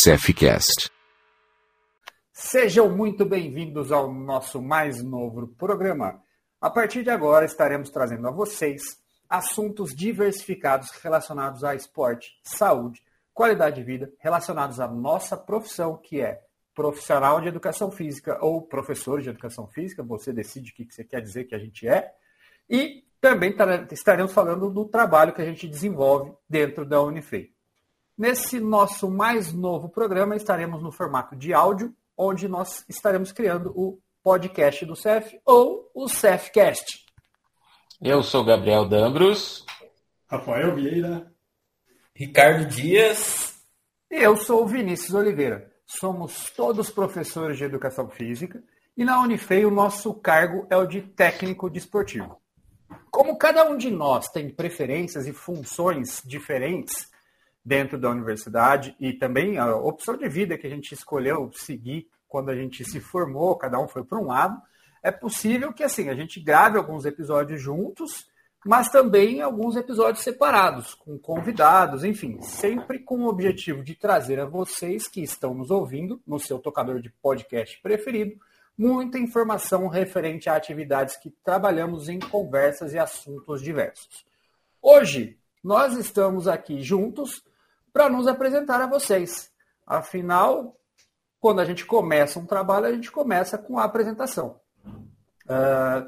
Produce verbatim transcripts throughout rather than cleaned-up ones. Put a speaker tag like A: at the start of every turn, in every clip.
A: SEFcast.
B: Sejam muito bem-vindos ao nosso mais novo programa. A partir de agora estaremos trazendo a vocês assuntos diversificados relacionados a esporte, saúde, qualidade de vida, relacionados à nossa profissão, que é profissional de educação física ou professor de educação física, você decide o que você quer dizer que a gente é, e também estaremos falando do trabalho que a gente desenvolve dentro da Unifei. Nesse nosso mais novo programa estaremos no formato de áudio, onde nós estaremos criando o podcast do C E F ou o SEFcast.
C: Eu sou Gabriel Dambros.
D: Rafael Vieira.
E: Ricardo Dias.
B: E eu sou o Vinícius Oliveira. Somos todos professores de educação física e na Unifei o nosso cargo é o de técnico desportivo. Como cada um de nós tem preferências e funções diferentes dentro da universidade e também a opção de vida que a gente escolheu seguir quando a gente se formou, cada um foi para um lado, é possível que assim a gente grave alguns episódios juntos, mas também alguns episódios separados, com convidados, enfim, sempre com o objetivo de trazer a vocês que estão nos ouvindo, no seu tocador de podcast preferido, muita informação referente a atividades que trabalhamos em conversas e assuntos diversos. Hoje, nós estamos aqui juntos para nos apresentar a vocês. Afinal, quando a gente começa um trabalho, a gente começa com a apresentação. Uh,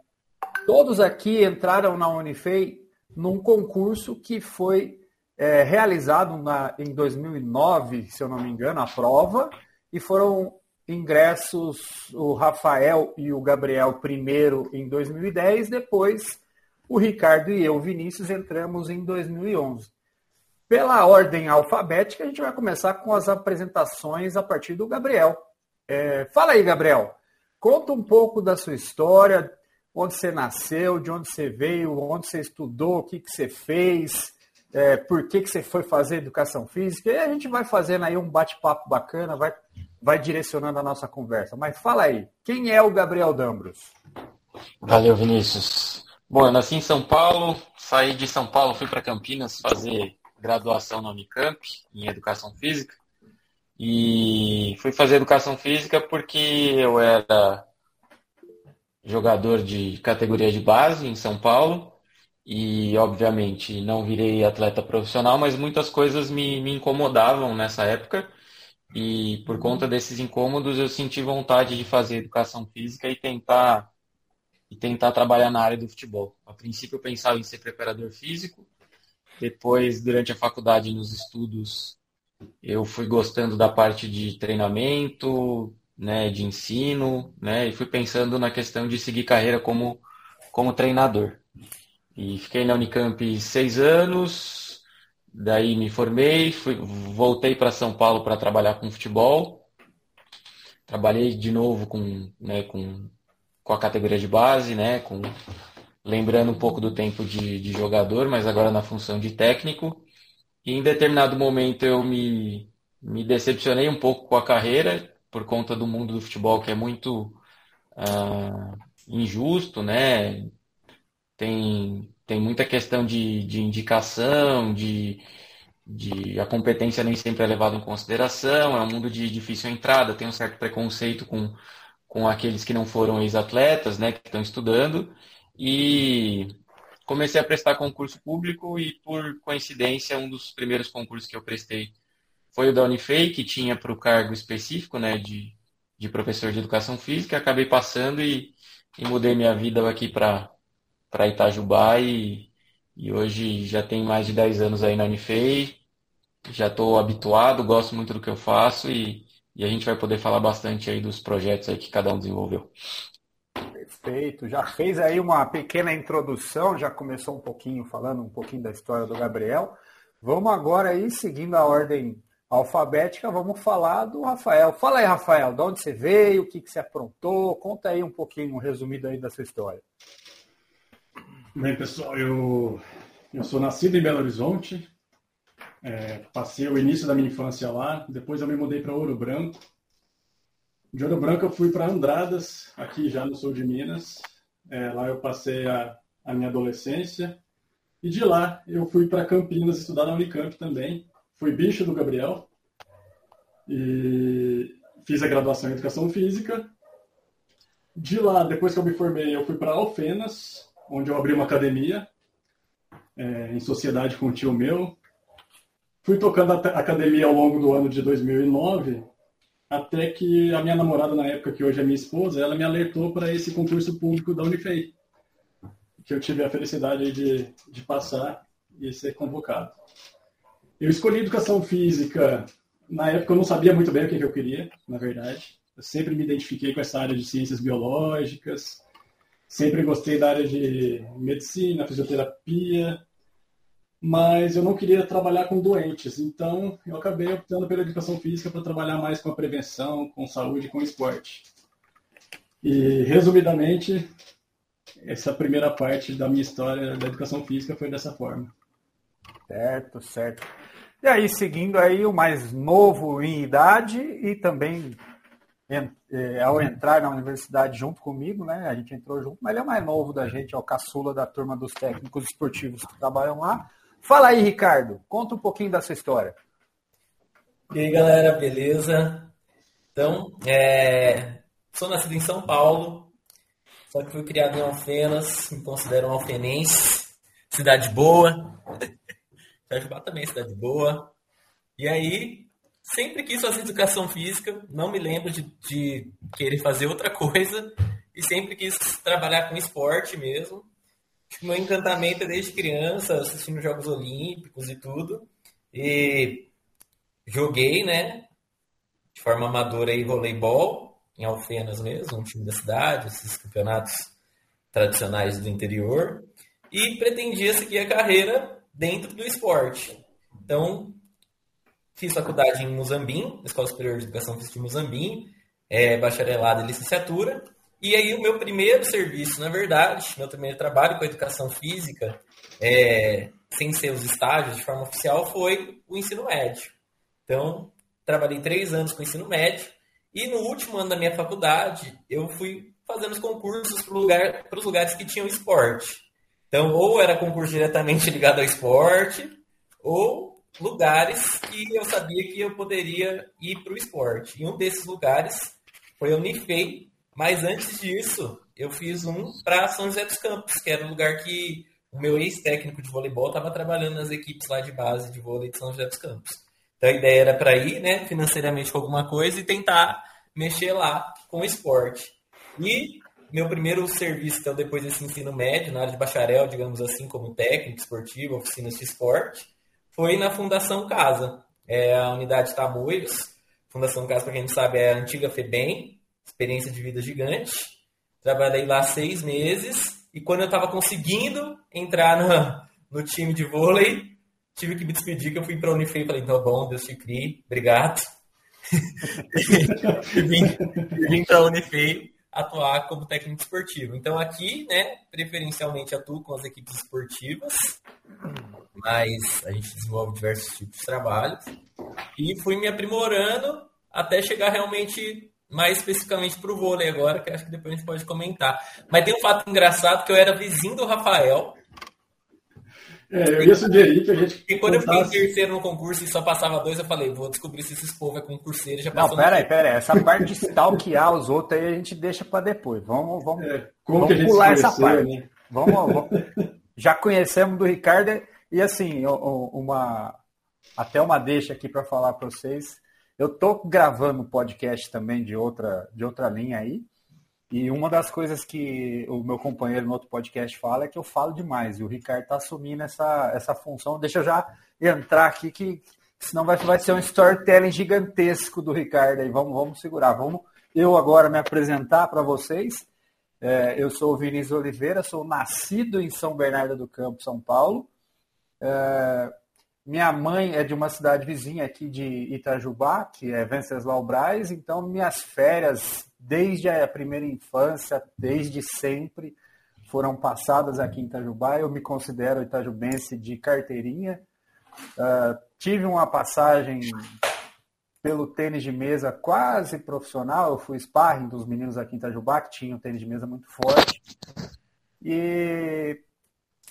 B: todos aqui entraram na Unifei num concurso que foi é, realizado na, em dois mil e nove, se eu não me engano, a prova, e foram ingressos o Rafael e o Gabriel primeiro em dois mil e dez, depois o Ricardo e eu, Vinícius, entramos em dois mil e onze. Pela ordem alfabética, a gente vai começar com as apresentações a partir do Gabriel. É, fala aí, Gabriel. Conta um pouco da sua história, onde você nasceu, de onde você veio, onde você estudou, o que, que você fez, é, por que, que você foi fazer educação física. E a gente vai fazendo aí um bate-papo bacana, vai, vai direcionando a nossa conversa. Mas fala aí, quem é o Gabriel Dambros?
C: Valeu, Vinícius. Bom, eu nasci em São Paulo, saí de São Paulo, fui para Campinas fazer graduação na Unicamp em Educação Física e fui fazer Educação Física porque eu era jogador de categoria de base em São Paulo e, obviamente, não virei atleta profissional, mas muitas coisas me, me incomodavam nessa época e, por conta desses incômodos, eu senti vontade de fazer Educação Física e tentar, e tentar trabalhar na área do futebol. A princípio, eu pensava em ser preparador físico. Depois, durante a faculdade, nos estudos, eu fui gostando da parte de treinamento, né, de ensino, né, e fui pensando na questão de seguir carreira como, como treinador. E fiquei na Unicamp seis anos, daí me formei, fui, voltei para São Paulo para trabalhar com futebol. Trabalhei de novo com, né, com, com a categoria de base, né, com... lembrando um pouco do tempo de, de jogador, mas agora na função de técnico. E em determinado momento eu me, me decepcionei um pouco com a carreira, por conta do mundo do futebol, que é muito uh, injusto, né? Tem, tem muita questão de, de indicação, de, de a competência nem sempre é levada em consideração, é um mundo de difícil entrada, tem um certo preconceito com, com aqueles que não foram ex-atletas, né, que estão estudando. E comecei a prestar concurso público e, por coincidência, um dos primeiros concursos que eu prestei foi o da Unifei, que tinha para o cargo específico, né, de, de professor de educação física. Acabei passando e, e mudei minha vida aqui para para Itajubá e, e hoje já tem mais de dez anos aí na Unifei. Já estou habituado, gosto muito do que eu faço e, e a gente vai poder falar bastante aí dos projetos aí que cada um desenvolveu.
B: Perfeito, já fez aí uma pequena introdução, já começou um pouquinho falando um pouquinho da história do Gabriel. Vamos agora aí, seguindo a ordem alfabética, vamos falar do Rafael. Fala aí, Rafael, de onde você veio, o que, que você aprontou, conta aí um pouquinho, um resumido aí da sua história.
D: Bem, pessoal, eu, eu sou nascido em Belo Horizonte, é, passei o início da minha infância lá, depois eu me mudei para Ouro Branco. De Ouro Branco eu fui para Andradas, aqui já no sul de Minas. É, lá eu passei a, a minha adolescência. E de lá eu fui para Campinas estudar na Unicamp também. Fui bicho do Gabriel. E fiz a graduação em Educação Física. De lá, depois que eu me formei, eu fui para Alfenas, onde eu abri uma academia, é, em sociedade com um tio meu. Fui tocando a academia ao longo do ano de dois mil e nove, até que a minha namorada, na época, que hoje é minha esposa, ela me alertou para esse concurso público da Unifei, que eu tive a felicidade de, de passar e ser convocado. Eu escolhi Educação Física. Na época eu não sabia muito bem o que eu queria, na verdade. Eu sempre me identifiquei com essa área de ciências biológicas, sempre gostei da área de medicina, fisioterapia, mas eu não queria trabalhar com doentes. Então eu acabei optando pela Educação Física para trabalhar mais com a prevenção, com saúde e com esporte. E, resumidamente, essa primeira parte da minha história da Educação Física foi dessa forma.
B: Certo, certo. E aí, seguindo aí, o mais novo em idade e também é, ao entrar na universidade junto comigo, né? A gente entrou junto, mas ele é o mais novo da gente, é o caçula da turma dos técnicos esportivos que trabalham lá. Fala aí, Ricardo, conta um pouquinho da sua história.
E: E aí, galera, beleza? Então, é... sou nascido em São Paulo, só que fui criado em Alfenas, me considero um alfenense, cidade boa. Itajubá também é cidade boa. E aí, sempre quis fazer educação física, não me lembro de, de querer fazer outra coisa, e sempre quis trabalhar com esporte mesmo. Meu encantamento é desde criança, assistindo Jogos Olímpicos e tudo. E joguei, né, de forma amadora aí, voleibol, em Alfenas mesmo, um time da cidade, esses campeonatos tradicionais do interior. E pretendia seguir a carreira dentro do esporte. Então, fiz faculdade em Muzambinho, Escola Superior de Educação Física de Muzambinho, é, bacharelado e licenciatura. E aí o meu primeiro serviço, na verdade, meu primeiro trabalho com a educação física, é, sem ser os estágios de forma oficial, foi o ensino médio. Então, trabalhei três anos com o ensino médio e no último ano da minha faculdade, eu fui fazendo os concursos para lugar, os lugares que tinham esporte. Então, ou era concurso diretamente ligado ao esporte, ou lugares que eu sabia que eu poderia ir para o esporte. E um desses lugares foi a Unifei, mas antes disso, eu fiz um para São José dos Campos, que era o lugar que o meu ex-técnico de voleibol estava trabalhando nas equipes lá de base de vôlei de São José dos Campos. Então, a ideia era para ir, né, financeiramente com alguma coisa e tentar mexer lá com o esporte. E meu primeiro serviço, então, depois desse ensino médio, na área de bacharel, digamos assim, como técnico esportivo, oficinas de esporte, foi na Fundação Casa, é a unidade Tamoios. Fundação Casa, para quem não sabe, é a antiga FEBEM, experiência de vida gigante. Trabalhei lá seis meses e quando eu estava conseguindo entrar no, no time de vôlei, tive que me despedir, que eu fui para a Unifei e falei, tá bom, Deus te crie, obrigado. e vim, vim para a Unifei atuar como técnico esportivo. Então aqui, né, preferencialmente atuo com as equipes esportivas, mas a gente desenvolve diversos tipos de trabalhos e fui me aprimorando até chegar realmente mais especificamente para o vôlei agora, que acho que depois a gente pode comentar. Mas tem um fato engraçado que eu era vizinho do Rafael.
D: É, eu ia sugerir que a gente...
E: E quando contasse... eu fiquei em terceiro no concurso e só passava dois, eu falei, vou descobrir se esses povo é concurseiro. Já
B: não, pera aí, pera aí. Essa parte de stalkear os outros aí a gente deixa para depois. Vamos, vamos,
D: é, como
B: vamos
D: que a gente
B: pular
D: conheceu,
B: essa parte.
D: Né?
B: Vamos, vamos. Já conhecemos do Ricardo e assim, uma, até uma deixa aqui para falar para vocês. Eu tô gravando podcast também de outra, de outra linha aí. E uma das coisas que o meu companheiro no outro podcast fala é que eu falo demais. E o Ricardo está assumindo essa, essa função. Deixa eu já entrar aqui, que senão vai, vai ser um storytelling gigantesco do Ricardo. Aí vamos, vamos segurar. Vamos eu agora me apresentar para vocês. É, eu sou o Vinícius Oliveira, sou nascido em São Bernardo do Campo, São Paulo. É, minha mãe é de uma cidade vizinha aqui de Itajubá, que é Venceslau Braz. Então, minhas férias... desde a primeira infância, desde sempre, foram passadas aqui em Itajubá. Eu me considero itajubense de carteirinha. Uh, tive uma passagem pelo tênis de mesa quase profissional. Eu fui sparring dos meninos aqui em Itajubá, que tinham um tênis de mesa muito forte. E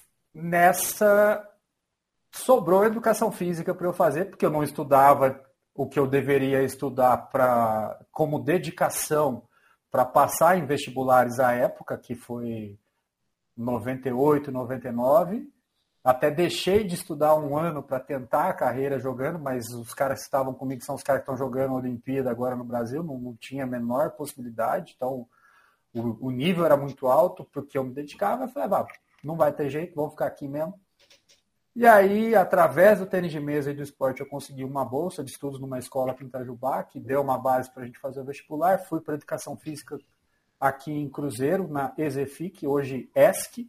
B: nessa sobrou educação física para eu fazer, porque eu não estudava o que eu deveria estudar pra, como dedicação para passar em vestibulares à época, que foi noventa e oito, noventa e nove. Até deixei de estudar um ano para tentar a carreira jogando, mas os caras que estavam comigo são os caras que estão jogando a Olimpíada agora no Brasil, não, não tinha a menor possibilidade, então o, o nível era muito alto, porque eu me dedicava, eu falei, ah, não vai ter jeito, vamos ficar aqui mesmo. E aí, através do tênis de mesa e do esporte, eu consegui uma bolsa de estudos numa escola aqui em Itajubá, que deu uma base para a gente fazer o vestibular. Fui para educação física aqui em Cruzeiro, na EZFIC, hoje ESC.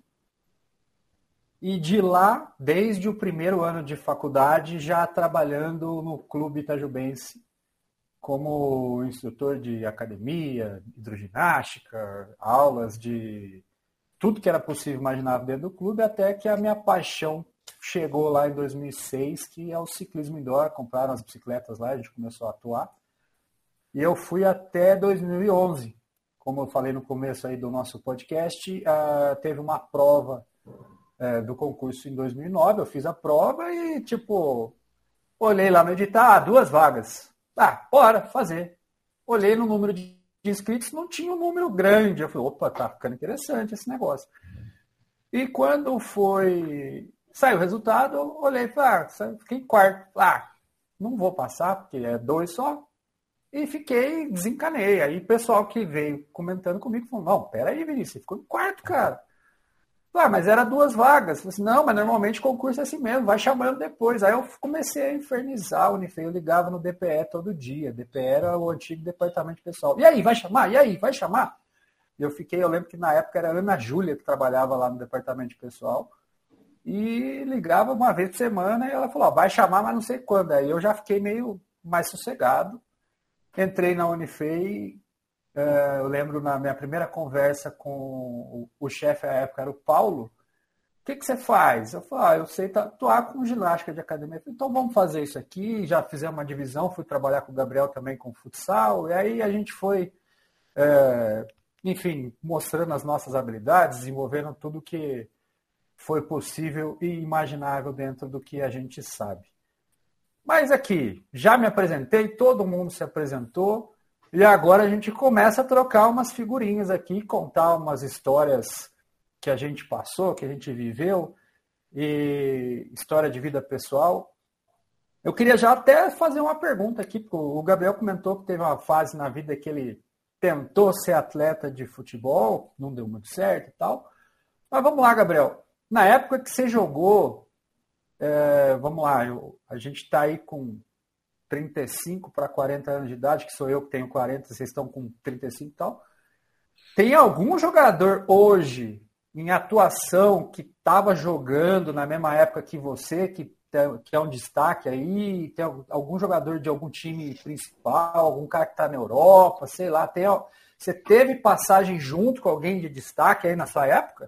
B: E de lá, desde o primeiro ano de faculdade, já trabalhando no Clube Itajubense, como instrutor de academia, hidroginástica, aulas de tudo que era possível imaginar dentro do clube, até que a minha paixão chegou lá em dois mil e seis, que é o ciclismo indoor. Compraram as bicicletas lá, a gente começou a atuar. E eu fui até dois mil e onze. Como eu falei no começo aí do nosso podcast, uh, teve uma prova uh, do concurso em dois mil e nove. Eu fiz a prova e, tipo, olhei lá no edital, ah, duas vagas. Ah, bora fazer. Olhei no número de inscritos, não tinha um número grande. Eu falei, opa, tá ficando interessante esse negócio. E quando foi... Saiu o resultado, eu olhei e falei, ah, fiquei em quarto. Ah, não vou passar, porque é dois só. E fiquei, desencanei. Aí o pessoal que veio comentando comigo falou, não, peraí, Vinícius, você ficou em quarto, cara. Ah, mas era duas vagas. Eu falei assim, não, mas normalmente o concurso é assim mesmo, vai chamando depois. Aí eu comecei a infernizar o Unifei, eu ligava no D P E todo dia. D P E era o antigo departamento pessoal. E aí, vai chamar? E aí, vai chamar? E eu fiquei, eu lembro que na época era a Ana Júlia que trabalhava lá no departamento pessoal. E ligava uma vez por semana e ela falou, ó, vai chamar, mas não sei quando. Aí eu já fiquei meio mais sossegado. Entrei na Unifei, uh, eu lembro na minha primeira conversa com o, o chefe à época, era o Paulo. O que, que você faz? Eu falei, ah, eu sei atuar com ginástica de academia. Falei, então vamos fazer isso aqui. Já fizemos uma divisão, fui trabalhar com o Gabriel também com futsal. E aí a gente foi, uh, enfim, mostrando as nossas habilidades, desenvolvendo tudo que foi possível e imaginável dentro do que a gente sabe. Mas aqui, já me apresentei, todo mundo se apresentou, e agora a gente começa a trocar umas figurinhas aqui, contar umas histórias que a gente passou, que a gente viveu, e história de vida pessoal. Eu queria já até fazer uma pergunta aqui, porque o Gabriel comentou que teve uma fase na vida que ele tentou ser atleta de futebol, não deu muito certo e tal. Mas vamos lá, Gabriel. Na época que você jogou, é, vamos lá, eu, a gente está aí com trinta e cinco para quarenta anos de idade, que sou eu que tenho quarenta, vocês estão com trinta e cinco e tal. Tem algum jogador hoje em atuação que estava jogando na mesma época que você, que, que é um destaque aí? Tem algum jogador de algum time principal, algum cara que está na Europa, sei lá. Tem, você teve passagem junto com alguém de destaque aí na sua época?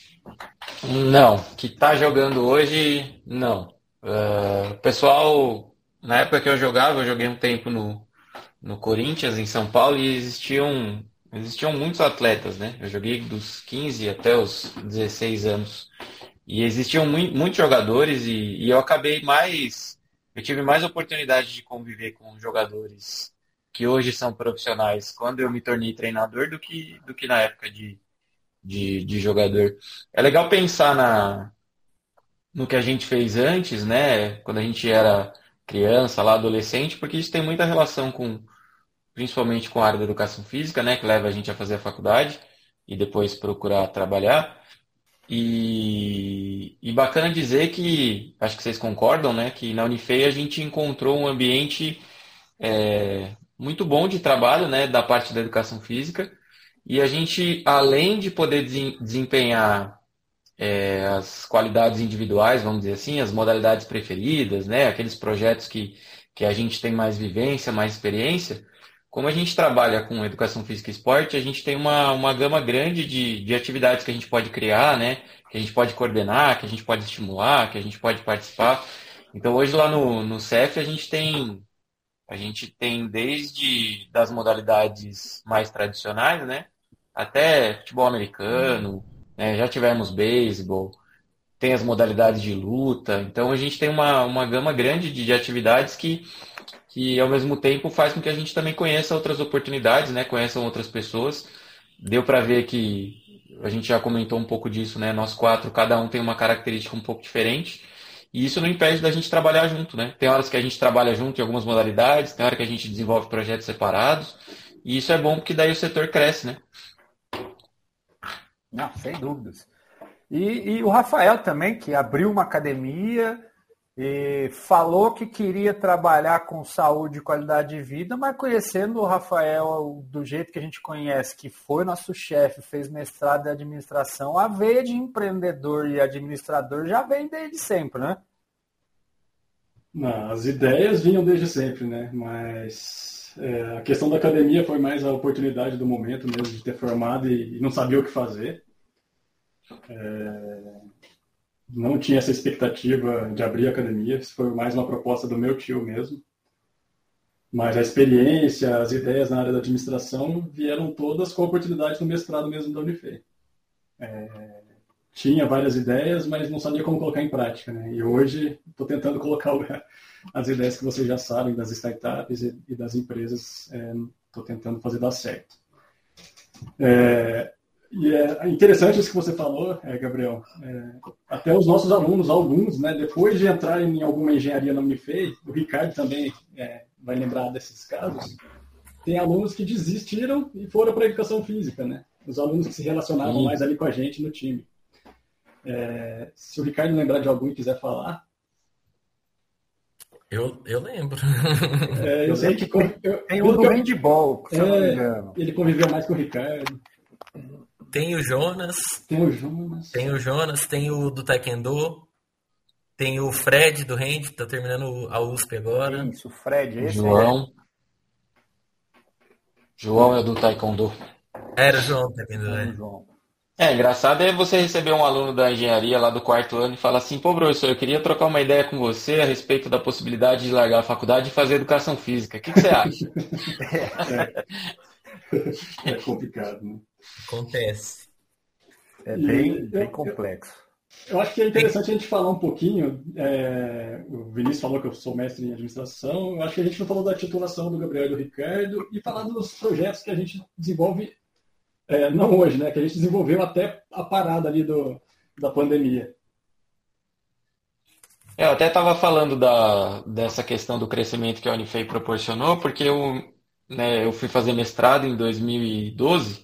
C: Não, que tá jogando hoje, não. O uh, pessoal, na época que eu jogava, eu joguei um tempo no, no Corinthians, em São Paulo, e existiam, existiam muitos atletas, né? Eu joguei dos quinze até os dezesseis anos. E existiam muito, muitos jogadores, e, e eu acabei mais... Eu tive mais oportunidade de conviver com jogadores que hoje são profissionais quando eu me tornei treinador do que, do que na época de... De, de jogador. É legal pensar na, no que a gente fez antes, né? Quando a gente era criança, lá, adolescente, porque isso tem muita relação com, principalmente com a área da educação física, né? Que leva a gente a fazer a faculdade e depois procurar trabalhar. E, e bacana dizer que, acho que vocês concordam, né? Que na Unifei a gente encontrou um ambiente é, muito bom de trabalho, né? Da parte da educação física. E a gente, além de poder desempenhar é, as qualidades individuais, vamos dizer assim, as modalidades preferidas, né, aqueles projetos que, que a gente tem mais vivência, mais experiência, como a gente trabalha com educação física e esporte, a gente tem uma, uma gama grande de, de atividades que a gente pode criar, né, que a gente pode coordenar, que a gente pode estimular, que a gente pode participar. Então hoje lá no, no C E F a gente tem... A gente tem desde das modalidades mais tradicionais, né, até futebol americano, né, já tivemos beisebol, tem as modalidades de luta. Então a gente tem uma, uma gama grande de, de atividades que, que ao mesmo tempo faz com que a gente também conheça outras oportunidades, né? Conheçam outras pessoas. Deu para ver que a gente já comentou um pouco disso, né? Nós quatro, cada um tem uma característica um pouco diferente. E isso não impede da gente trabalhar junto, né? Tem horas que a gente trabalha junto em algumas modalidades, tem hora que a gente desenvolve projetos separados. E isso é bom porque daí o setor cresce, né?
B: Não, sem dúvidas. E, e o Rafael também, que abriu uma academia e falou que queria trabalhar com saúde e qualidade de vida, mas conhecendo o Rafael do jeito que a gente conhece, que foi nosso chefe, fez mestrado em administração, a veia de empreendedor e administrador já vem desde sempre, né?
D: Não, as ideias vinham desde sempre, né? Mas é, a questão da academia foi mais a oportunidade do momento mesmo, de ter formado e, e não sabia o que fazer. É, não tinha essa expectativa de abrir a academia, isso foi mais uma proposta do meu tio mesmo. Mas a experiência, as ideias na área da administração vieram todas com a oportunidade do mestrado mesmo da Unifei. É, tinha várias ideias, mas não sabia como colocar em prática, né? E hoje estou tentando colocar as ideias que vocês já sabem das startups e das empresas, estou é, tentando fazer dar certo. É, E é interessante isso que você falou, é, Gabriel. É, até os nossos alunos, alguns, né, depois de entrar em alguma engenharia na Unifei, o Ricardo também é, vai lembrar desses casos, tem alunos que desistiram e foram para a educação física, né? Os alunos que se relacionavam mais ali com a gente no time. É, se o Ricardo lembrar de algum e quiser falar...
E: Eu, eu lembro.
D: É, eu sei que... Eu,
B: tem um do handball, se eu não me engano.
D: Ele conviveu mais com o Ricardo.
E: Tem o Jonas.
D: Tem o Jonas.
E: Tem o Jonas, tem o do Taekwondo. Tem o Fred do Hand, que tá terminando a U S P agora.
B: Isso, o Fred. Esse
C: João. É. João é do Taekwondo.
E: Era o João do Taekwondo, né?
C: É, engraçado é você receber um aluno da engenharia lá do quarto ano e falar assim, pô, professor, eu queria trocar uma ideia com você a respeito da possibilidade de largar a faculdade e fazer educação física. O que, que você acha?
D: É, é complicado, né?
E: Acontece.
B: É bem, e, bem complexo.
D: Eu, eu acho que é interessante a gente falar um pouquinho. É, o Vinícius falou que eu sou mestre em administração. Eu acho que a gente não falou da titulação do Gabriel e do Ricardo e falar dos projetos que a gente desenvolve, é, não hoje, né? Que a gente desenvolveu até a parada ali do, da pandemia.
C: Eu até estava falando da, dessa questão do crescimento que a Unifei proporcionou, porque eu, né, eu fui fazer mestrado em dois mil e doze.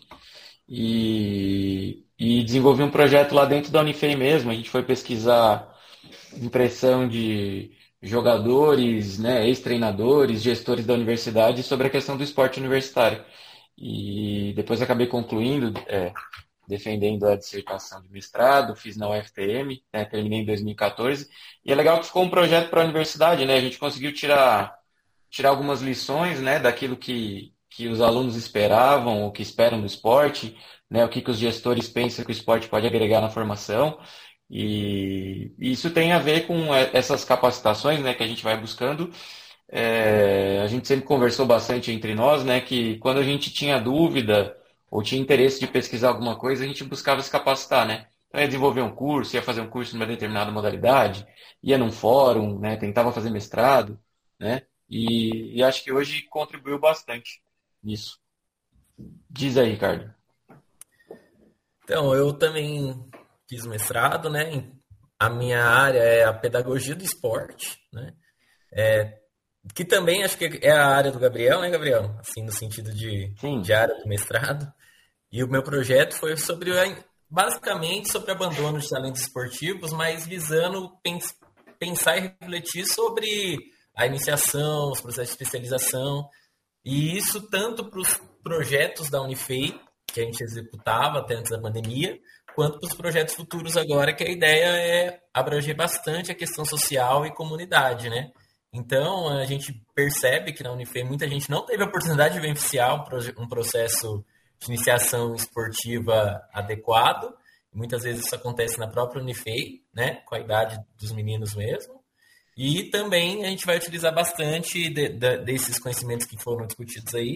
C: E, e desenvolvi um projeto lá dentro da Unifei mesmo. A gente foi pesquisar impressão de jogadores, né, ex-treinadores, gestores da universidade sobre a questão do esporte universitário. E depois acabei concluindo, é, defendendo a dissertação de mestrado, fiz na U F T M, né, terminei em dois mil e quatorze. E é legal que ficou um projeto para a universidade, né? A gente conseguiu tirar, tirar algumas lições, né, daquilo que que os alunos esperavam, o que esperam do esporte, né, o que, que os gestores pensam que o esporte pode agregar na formação. E isso tem a ver com essas capacitações, né, que a gente vai buscando. É, a gente sempre conversou bastante entre nós, né, que quando a gente tinha dúvida ou tinha interesse de pesquisar alguma coisa, a gente buscava se capacitar, né? Então ia desenvolver um curso, ia fazer um curso numa determinada modalidade, ia num fórum, né, tentava fazer mestrado, né? E, e acho que hoje contribuiu bastante nisso. Diz aí, Ricardo.
E: Então, eu também fiz mestrado, né? A minha área é a pedagogia do esporte, né? É, que também acho que é a área do Gabriel, né, Gabriel? Assim, no sentido de, de área do mestrado. E o meu projeto foi sobre, basicamente, sobre abandono de talentos esportivos, mas visando pens- pensar e refletir sobre a iniciação, os processos de especialização. E isso tanto para os projetos da Unifei, que a gente executava até antes da pandemia, quanto para os projetos futuros agora, que a ideia é abranger bastante a questão social e comunidade, né? Então, a gente percebe que na Unifei muita gente não teve a oportunidade de vivenciar um processo de iniciação esportiva adequado. Muitas vezes isso acontece na própria Unifei, né? Com a idade dos meninos mesmo. E também a gente vai utilizar bastante de, de, desses conhecimentos que foram discutidos aí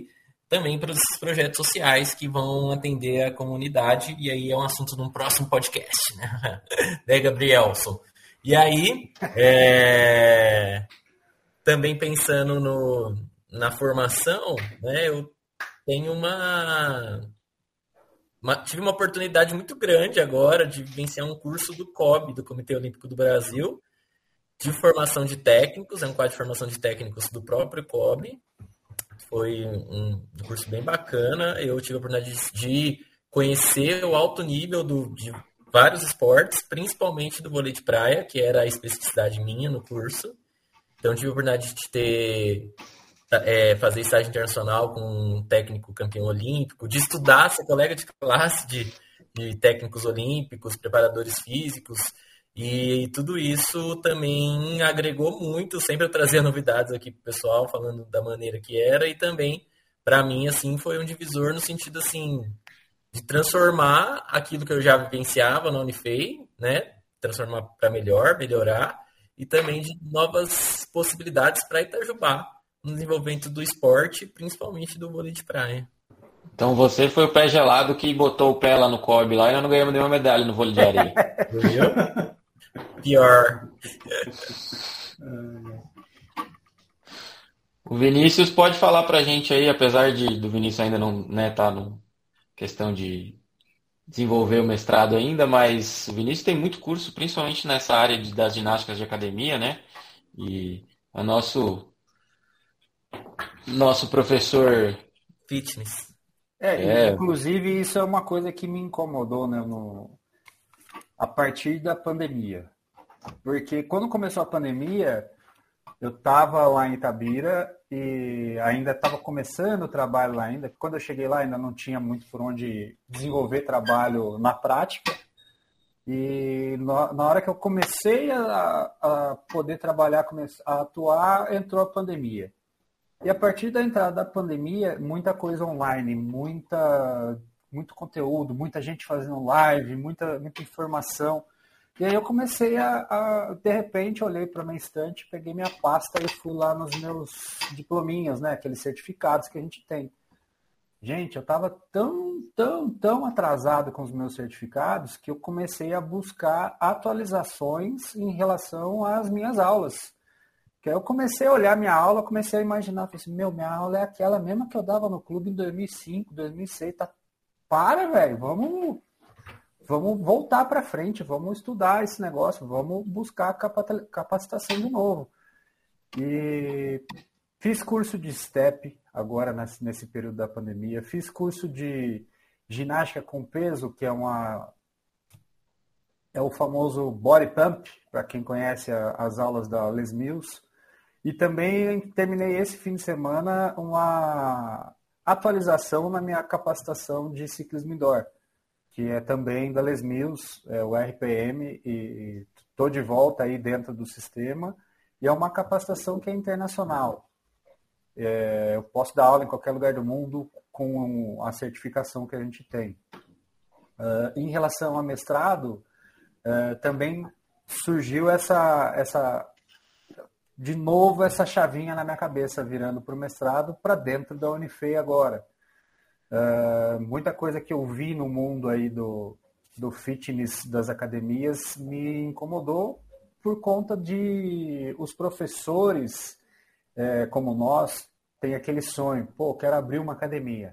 E: também para os projetos sociais que vão atender a comunidade, e aí é um assunto de um próximo podcast, né, né Gabrielson? E aí, é... também pensando no, na formação, né, eu tenho uma... uma... tive uma oportunidade muito grande agora de vivenciar um curso do C O B, do Comitê Olímpico do Brasil, de formação de técnicos, é um quadro de formação de técnicos do próprio C O B. Foi um curso bem bacana. Eu tive a oportunidade de conhecer o alto nível do, de vários esportes, principalmente do vôlei de praia, que era a especificidade minha no curso. Então, tive a oportunidade de ter, é, fazer estágio internacional com um técnico campeão olímpico, de estudar, ser colega de classe de, de técnicos olímpicos, preparadores físicos. E tudo isso também agregou muito, sempre eu trazia novidades aqui para o pessoal, falando da maneira que era, e também, para mim, assim, foi um divisor no sentido, assim, de transformar aquilo que eu já vivenciava na Unifei, né, transformar para melhor, melhorar, e também de novas possibilidades para Itajubá, no desenvolvimento do esporte, principalmente do vôlei de praia.
C: Então você foi o pé gelado que botou o pé lá no C O B lá e nós não ganhamos nenhuma medalha no vôlei de areia.
E: Viu? Pior.
C: O Vinícius pode falar pra gente aí, apesar de do Vinícius ainda não, né, tá no questão de desenvolver o mestrado ainda, mas o Vinícius tem muito curso, principalmente nessa área de, das ginásticas de academia, né? E o nosso nosso professor
E: Fitness.
B: É, é, inclusive isso é uma coisa que me incomodou, né, no, a partir da pandemia. Porque quando começou a pandemia, eu estava lá em Itabira e ainda estava começando o trabalho lá ainda. Quando eu cheguei lá ainda não tinha muito por onde desenvolver trabalho na prática. E na hora que eu comecei a, a poder trabalhar, a atuar, entrou a pandemia. E a partir da entrada da pandemia, muita coisa online, muita, muito conteúdo, muita gente fazendo live, muita, muita informação. E aí eu comecei a, a de repente, olhei para minha estante, peguei minha pasta e fui lá nos meus diplominhas, né, aqueles certificados que a gente tem. Gente, eu estava tão, tão, tão atrasado com os meus certificados que eu comecei a buscar atualizações em relação às minhas aulas. Que aí eu comecei a olhar minha aula, comecei a imaginar, falei assim, meu, minha aula é aquela mesma que eu dava no clube em dois mil e cinco, dois mil e seis, tá? Para, velho, vamos, vamos voltar para frente, vamos estudar esse negócio, vamos buscar capacitação de novo. E fiz curso de STEP agora nesse período da pandemia, fiz curso de ginástica com peso, que é uma é o famoso body pump, para quem conhece as aulas da Les Mills. E também terminei esse fim de semana uma atualização na minha capacitação de ciclismo indoor, que é também da Les Mills, é o R P M, e estou de volta aí dentro do sistema. E é uma capacitação que é internacional. É, eu posso dar aula em qualquer lugar do mundo com a certificação que a gente tem. Uh, em relação ao mestrado, uh, também surgiu essa, essa, de novo, essa chavinha na minha cabeça, virando para o mestrado, para dentro da Unifei agora. Uh, muita coisa que eu vi no mundo aí do, do fitness das academias me incomodou por conta de os professores, é, como nós, tem aquele sonho, pô, quero abrir uma academia.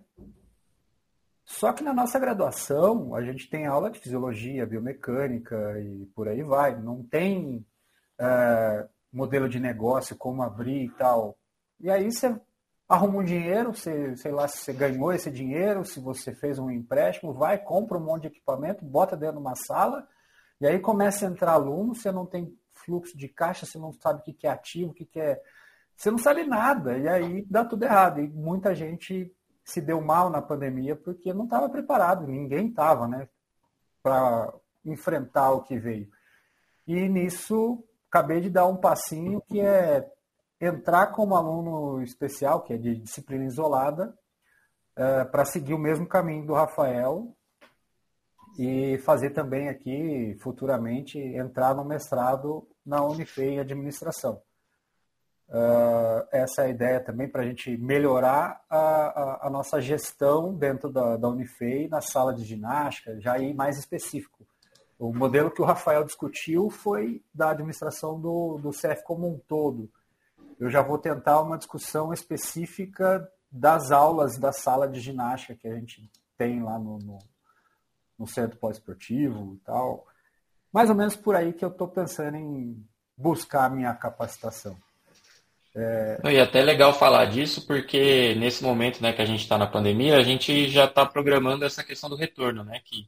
B: Só que na nossa graduação, a gente tem aula de fisiologia, biomecânica e por aí vai. Não tem é, modelo de negócio, como abrir e tal. E aí você arruma um dinheiro, você, sei lá se você ganhou esse dinheiro, se você fez um empréstimo, vai, compra um monte de equipamento, bota dentro de uma sala, e aí começa a entrar aluno, você não tem fluxo de caixa, você não sabe o que é ativo, o que é... Você não sabe nada, e aí dá tudo errado. E muita gente se deu mal na pandemia porque não estava preparado, ninguém estava, né, para enfrentar o que veio. E nisso, acabei de dar um passinho que é entrar como aluno especial, que é de disciplina isolada, é, para seguir o mesmo caminho do Rafael e fazer também aqui, futuramente, entrar no mestrado na Unifei em administração. Uh, essa é a ideia também para a gente melhorar a, a, a nossa gestão dentro da, da Unifei na sala de ginástica, já ir mais específico. O modelo que o Rafael discutiu foi da administração do, do C F como um todo. Eu já vou tentar uma discussão específica das aulas da sala de ginástica que a gente tem lá no, no, no centro pós-esportivo e tal. Mais ou menos por aí que eu estou pensando em buscar a minha capacitação.
C: É... E até legal falar disso, porque nesse momento, né, que a gente está na pandemia, a gente já está programando essa questão do retorno, né? Que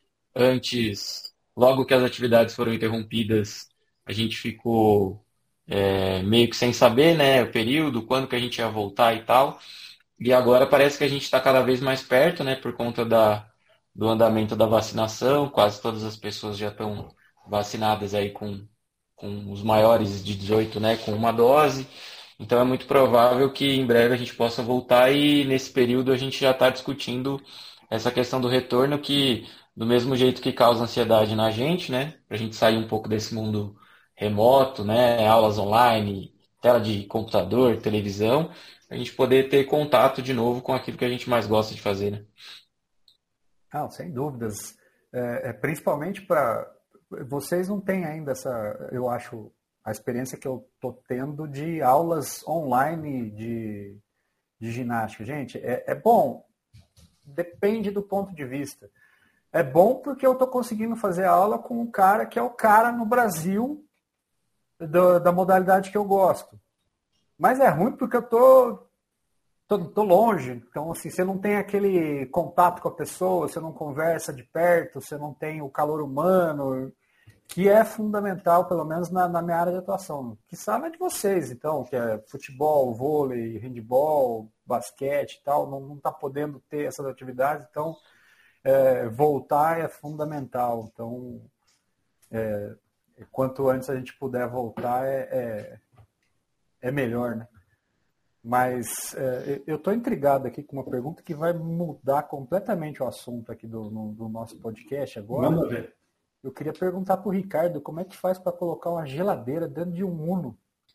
C: antes, logo que as atividades foram interrompidas, a gente ficou é, meio que sem saber, né, o período, quando que a gente ia voltar e tal. E agora parece que a gente está cada vez mais perto, né, por conta da, do andamento da vacinação. Quase todas as pessoas já estão vacinadas aí com com os maiores de dezoito, né, com uma dose. Então é muito provável que em breve a gente possa voltar e nesse período a gente já está discutindo essa questão do retorno, que do mesmo jeito que causa ansiedade na gente, né, para a gente sair um pouco desse mundo remoto, né, aulas online, tela de computador, televisão, a gente poder ter contato de novo com aquilo que a gente mais gosta de fazer, né.
B: Não, sem dúvidas. É, é principalmente para... Vocês não têm ainda essa, eu acho, a experiência que eu estou tendo de aulas online de, de ginástica. Gente, é, é bom, depende do ponto de vista. É bom porque eu estou conseguindo fazer aula com um cara que é o cara no Brasil do, da modalidade que eu gosto. Mas é ruim porque eu estou tô, tô longe. Então, assim, você não tem aquele contato com a pessoa, você não conversa de perto, você não tem o calor humano, que é fundamental, pelo menos na, na minha área de atuação. Que sabe é de vocês, então, que é futebol, vôlei, handebol, basquete e tal, não está podendo ter essas atividades, então é, voltar é fundamental. Então, é, quanto antes a gente puder voltar, é, é, é melhor, né? Mas é, eu estou intrigado aqui com uma pergunta que vai mudar completamente o assunto aqui do, no, do nosso podcast agora.
D: Manda ver.
B: Eu queria perguntar para o Ricardo como é que faz para colocar uma geladeira dentro de um Uno.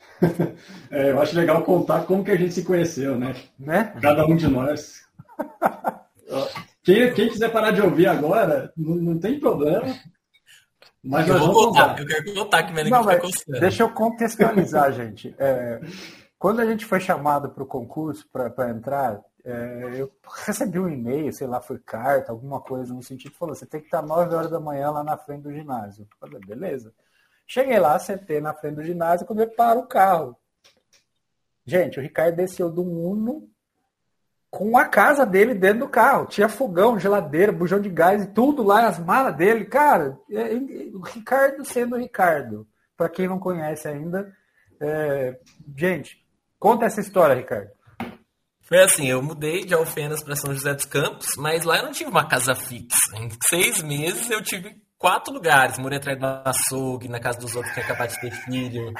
D: É, eu acho legal contar como que a gente se conheceu, né?
B: Né?
D: Cada um de nós. Quem, quem quiser parar de ouvir agora, não, não tem problema. Mas
E: eu
D: nós
E: vou
D: vamos
E: contar.
D: contar.
E: Eu quero contar que meu
B: não,
E: vai
B: mas deixa eu contextualizar, gente. É, quando a gente foi chamado para o concurso, para entrar, é, eu recebi um e-mail, sei lá, foi carta, alguma coisa no sentido, falou, você tem que estar nove horas da manhã lá na frente do ginásio. Eu falei, beleza. Cheguei lá, sentei na frente do ginásio, quando eu paro o carro. Gente, o Ricardo desceu do Uno com a casa dele dentro do carro. Tinha fogão, geladeira, bujão de gás e tudo lá, as malas dele. Cara, é, o Ricardo sendo o Ricardo. Para quem não conhece ainda, é, gente, conta essa história, Ricardo.
E: Foi assim, eu mudei de Alfenas para São José dos Campos, mas lá eu não tive uma casa fixa. Em seis meses eu tive quatro lugares. Morei atrás do açougue, na casa dos outros que tinha acabado de ter filho.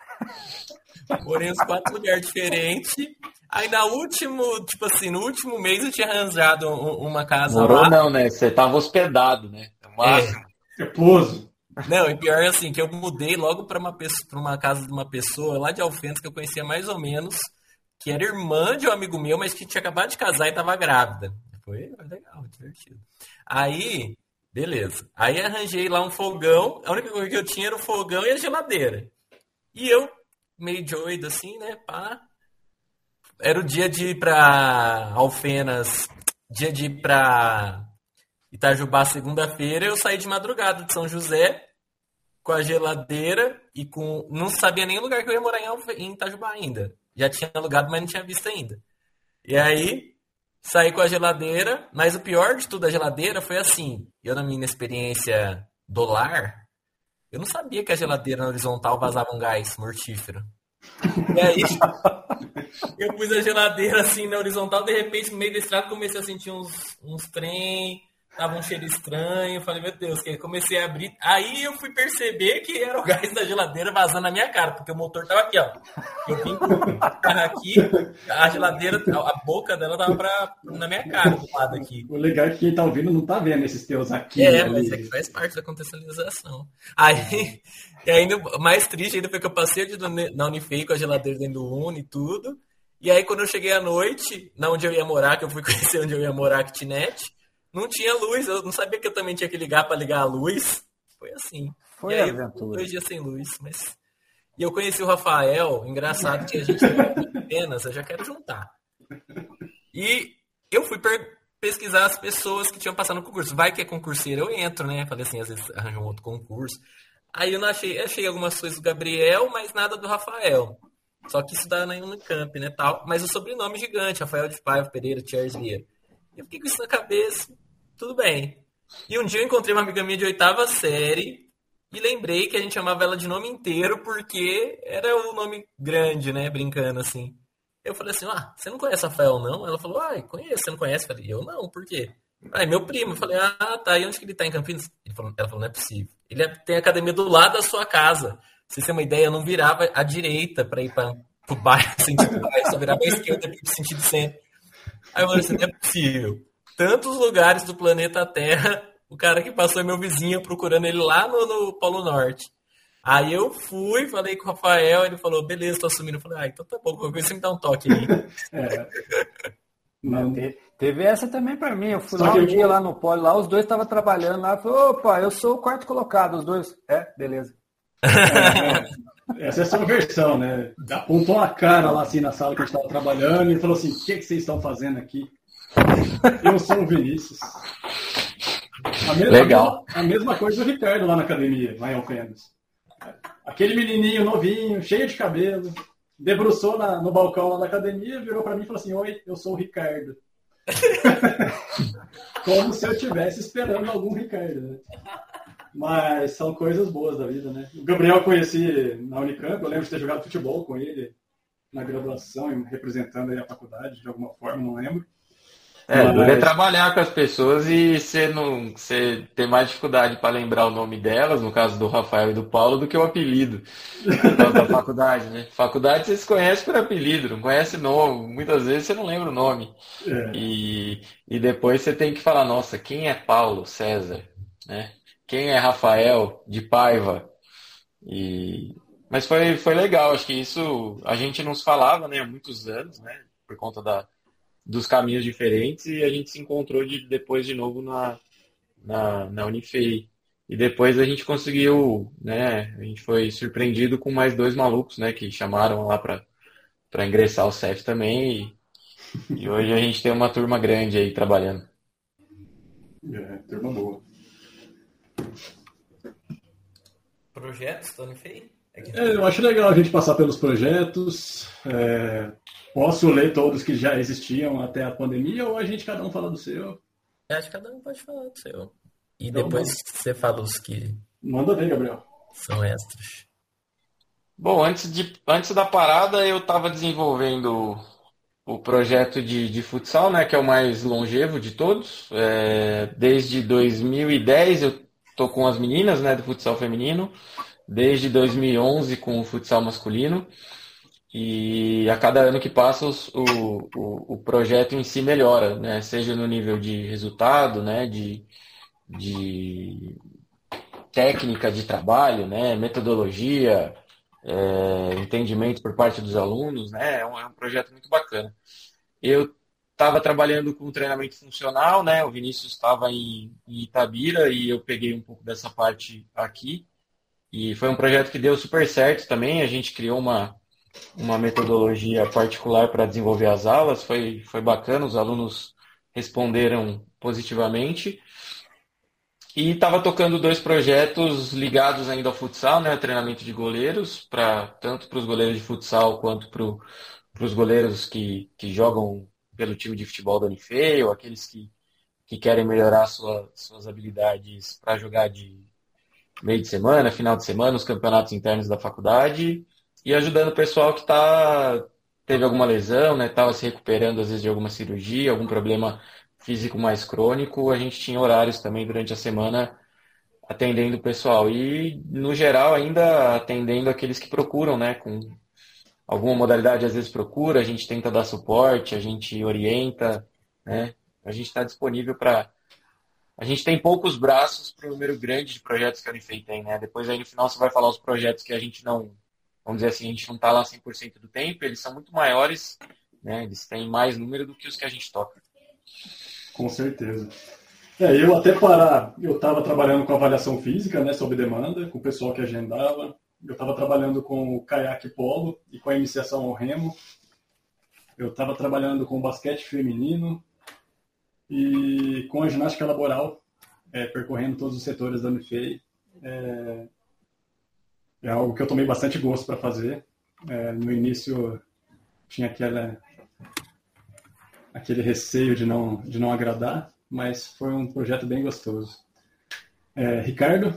E: Morei uns quatro lugares diferentes. Aí na último, tipo assim, no último mês eu tinha arranjado uma casa
C: Morou
E: lá.
C: não, né? Você tava hospedado, né? É o máximo.
D: É pouso.
E: Não, e pior é assim, que eu mudei logo para uma, pra uma casa de uma pessoa lá de Alfenas que eu conhecia mais ou menos, que era irmã de um amigo meu, mas que tinha acabado de casar e estava grávida. Foi legal, divertido. Aí, beleza. Aí arranjei lá um fogão, a única coisa que eu tinha era o fogão e a geladeira. E eu, meio doido assim, né, pá. Era o dia de ir pra Alfenas, dia de ir pra Itajubá segunda-feira, eu saí de madrugada de São José com a geladeira e com... Não sabia nem o lugar que eu ia morar em, Alfe... em Itajubá ainda. Já tinha alugado, mas não tinha visto ainda. E aí, saí com a geladeira, mas o pior de tudo da geladeira foi assim, eu na minha experiência do lar, eu não sabia que a geladeira na horizontal vazava um gás mortífero. E aí, eu pus a geladeira assim na horizontal, de repente, no meio da estrada, comecei a sentir uns, uns trem, tava um cheiro estranho, falei, meu Deus, que comecei a abrir, aí eu fui perceber que era o gás da geladeira vazando na minha cara, porque o motor tava aqui, ó. Eu vim com o carro aqui, a geladeira, a boca dela tava pra, na minha cara, do lado aqui.
D: O legal é que quem tá ouvindo não tá vendo esses teus aqui.
E: É,
D: ali.
E: mas é que faz parte da contextualização. Aí, e ainda mais triste ainda foi que eu passei na Unifei com a geladeira dentro do Uno e tudo, e aí quando eu cheguei à noite, na onde eu ia morar, que eu fui conhecer onde eu ia morar, a kitnet, não tinha luz, eu não sabia que eu também tinha que ligar para ligar a luz. Foi assim.
B: Foi
E: e aí,
B: aventura.
E: Dois dias sem luz, mas... E eu conheci o Rafael, engraçado que a gente tem apenas, eu já quero juntar. E eu fui per- pesquisar as pessoas que tinham passado no concurso. Vai que é concurseiro, eu entro, né? Falei assim, às vezes arranjo um outro concurso. Aí eu não achei, achei algumas coisas do Gabriel, mas nada do Rafael. Só que isso dá na Unicamp, né, tal. Mas o sobrenome gigante, Rafael de Paiva Pereira, Thierry Vieira. Eu fiquei com isso na cabeça. Tudo bem. E um dia eu encontrei uma amiga minha de oitava série e lembrei que a gente chamava ela de nome inteiro porque era o nome grande, né? Brincando assim. Eu falei assim, ah, você não conhece Rafael, não? Ela falou, ah, conheço, você não conhece? Eu falei, eu não, por quê? Ah, é meu primo. Eu falei, ah, tá, e onde que ele tá em Campinas? Ele falou, ela falou, não é possível. Ele é, tem a academia do lado da sua casa. Pra vocês terem uma ideia, eu não virava à direita pra ir pra, pro bairro, sentido bairro, só virava à esquerda pro sentido centro. Aí eu falei assim, não é possível. Tantos lugares do planeta Terra, o cara que passou é meu vizinho, procurando ele lá no, no Polo Norte. Aí eu fui, falei com o Rafael, ele falou, beleza, tô assumindo. Eu falei, ah, então tá bom, qualquer coisa você me dá um toque aí.
D: É.
B: Não. Te- Teve essa também pra mim. Eu fui
D: Só
B: lá
D: que
B: um
D: eu-
B: dia lá no Polo, lá os dois estavam trabalhando lá. Eu falei, opa, eu sou o quarto colocado, os dois. É, beleza.
D: Essa é a sua versão, né? Apontou a cara lá assim na sala que a gente estava trabalhando e falou assim: o que, que vocês estão fazendo aqui? Eu sou o Vinícius. A mesma,
C: Legal.
D: A mesma coisa do Ricardo lá na academia, lá em Alfenas. Aquele menininho novinho, cheio de cabelo, debruçou na- no balcão lá da academia, virou para mim e falou assim: oi, eu sou o Ricardo. Como se eu estivesse esperando algum Ricardo, né? Mas são coisas boas da vida, né? O Gabriel eu conheci na Unicamp, eu lembro de ter jogado futebol com ele na graduação, e representando aí a faculdade de alguma forma, não lembro.
C: É,
D: Mas-
C: duro é trabalhar com as pessoas e você não, você ter mais dificuldade para lembrar o nome delas, no caso do Rafael e do Paulo, do que o apelido da, da faculdade, né? Faculdade você se conhece por apelido, não conhece nome. Muitas vezes você não lembra o nome.
D: É,
C: E, e depois você tem que falar, nossa, quem é Paulo César, né? Quem é Rafael de Paiva? E... Mas foi, foi legal, acho que isso a gente não se falava, né, há muitos anos, né? Por conta da, dos caminhos diferentes, e a gente se encontrou de, depois de novo na, na, na Unifei. E depois a gente conseguiu, né? A gente foi surpreendido com mais dois malucos, né? Que chamaram lá para para ingressar o C E F também. E, e hoje a gente tem uma turma grande aí trabalhando.
D: é, turma boa.
E: Projetos, Tony Fei?
D: É, eu acho legal a gente passar pelos projetos. É, posso ler todos que já existiam até a pandemia ou a gente cada um fala do seu?
E: Eu acho que cada um pode falar do seu. E
D: Então,
E: depois
D: vamos.
E: você fala os que
D: Manda ver, Gabriel.
E: são extras.
C: Bom, antes de, antes da parada eu estava desenvolvendo o projeto de, de futsal, né, que é o mais longevo de todos. É, desde dois mil e dez eu tô com as meninas, né, do futsal feminino. Desde dois mil e onze com o futsal masculino. E a cada ano que passa os- o, o, o projeto em si melhora, né, seja no nível de resultado, né, de, de técnica de trabalho, né, metodologia, é, entendimento por parte dos alunos, né, é um, é um projeto muito bacana. Eu estava trabalhando com treinamento funcional, né, o Vinícius estava em, em Itabira e eu peguei um pouco dessa parte aqui. E foi um projeto que deu super certo também. A gente criou uma, uma metodologia particular para desenvolver as aulas. Foi, foi bacana, os alunos responderam positivamente. E estava tocando dois projetos ligados ainda ao futsal, né? Treinamento de goleiros, pra, tanto para os goleiros de futsal quanto para os goleiros que, que jogam pelo time de futebol da Unifei, ou aqueles que, que querem melhorar sua, suas habilidades para jogar de meio de semana, final de semana, os campeonatos internos da faculdade, e ajudando o pessoal que tá, teve alguma lesão, né? Estava se recuperando às vezes de alguma cirurgia, algum problema físico mais crônico, a gente tinha horários também durante a semana atendendo o pessoal. E, no geral, ainda atendendo aqueles que procuram, né? Com alguma modalidade, às vezes procura, a gente tenta dar suporte, a gente orienta, né? A gente está disponível para... A gente tem poucos braços para o número grande de projetos que a Unifei tem, né? Depois aí no final você vai falar os projetos que a gente não, vamos dizer assim, a gente não está lá cem por cento do tempo, eles são muito maiores, né? Eles têm mais número do que os que a gente toca.
D: Com certeza. É, eu até parar, eu estava trabalhando com avaliação física, né, sob demanda, com o pessoal que agendava. Eu estava trabalhando com o caiaque polo e com a iniciação ao remo. Eu estava trabalhando com o basquete feminino e com a ginástica laboral, é, percorrendo todos os setores da Unifei. É, é algo que eu tomei bastante gosto para fazer. É, no início tinha aquela, aquele receio de não, de não agradar, mas foi um projeto bem gostoso. É, Ricardo?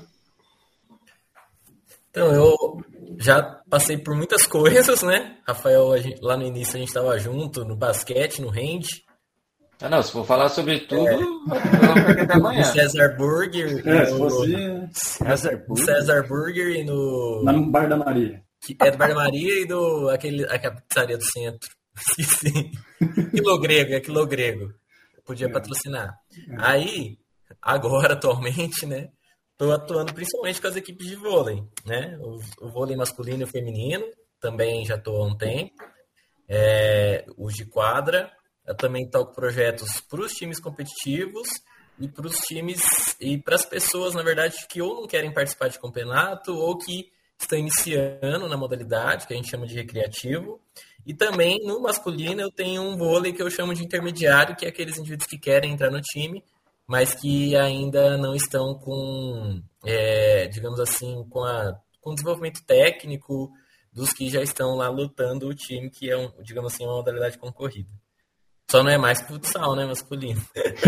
E: Então, eu já passei por muitas coisas, né? Rafael, a gente, lá no início a gente estava junto no basquete, no hand.
C: Ah, não, se for falar sobre tudo, é. eu vou perder até amanhã.
E: No César Burger.
D: É,
E: no,
D: se fosse...
E: César Burger. César Burger e no...
D: Lá no Bar da Maria.
E: É do Bar da Maria e do... Aquele, aquela pizzaria do centro. Sim. Quilo grego, é quilo grego. Podia é. patrocinar. É. Aí, agora, atualmente, né? Estou atuando principalmente com as equipes de vôlei, né? O, o vôlei masculino e o feminino, também já estou há um tempo. É, os de quadra, eu também toco projetos para os times competitivos e para os times e para as pessoas, na verdade, que ou não querem participar de campeonato ou que estão iniciando na modalidade, que a gente chama de recreativo. E também no masculino eu tenho um vôlei que eu chamo de intermediário, que é aqueles indivíduos que querem entrar no time, mas que ainda não estão com, é, digamos assim, com, a, com o desenvolvimento técnico dos que já estão lá lutando o time, que é, um, digamos assim, uma modalidade concorrida. Só não é mais futsal, né, masculino.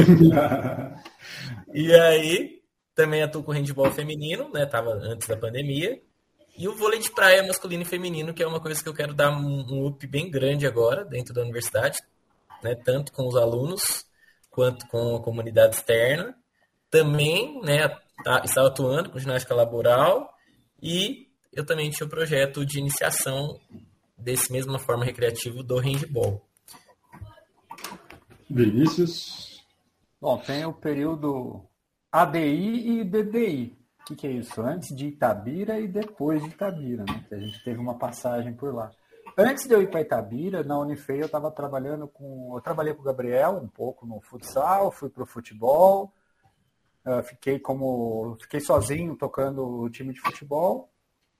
E: E aí, também atuo com handball feminino, né, tava antes da pandemia. E o vôlei de praia masculino e feminino, que é uma coisa que eu quero dar um, um up bem grande agora, dentro da universidade, né, tanto com os alunos, quanto com a comunidade externa. Também, né, tá, estava atuando com ginástica laboral e eu também tinha o projeto de iniciação desse mesma forma recreativo do handball.
D: Vinícius?
B: Bom, tem o período A D I e D D I. O que, que é isso? Antes de Itabira e depois de Itabira, né? Que a gente teve uma passagem por lá. Antes de eu ir para Itabira, na Unifei eu estava trabalhando com... Eu trabalhei com o Gabriel um pouco no futsal, fui para o futebol, uh, fiquei como... Fiquei sozinho tocando o time de futebol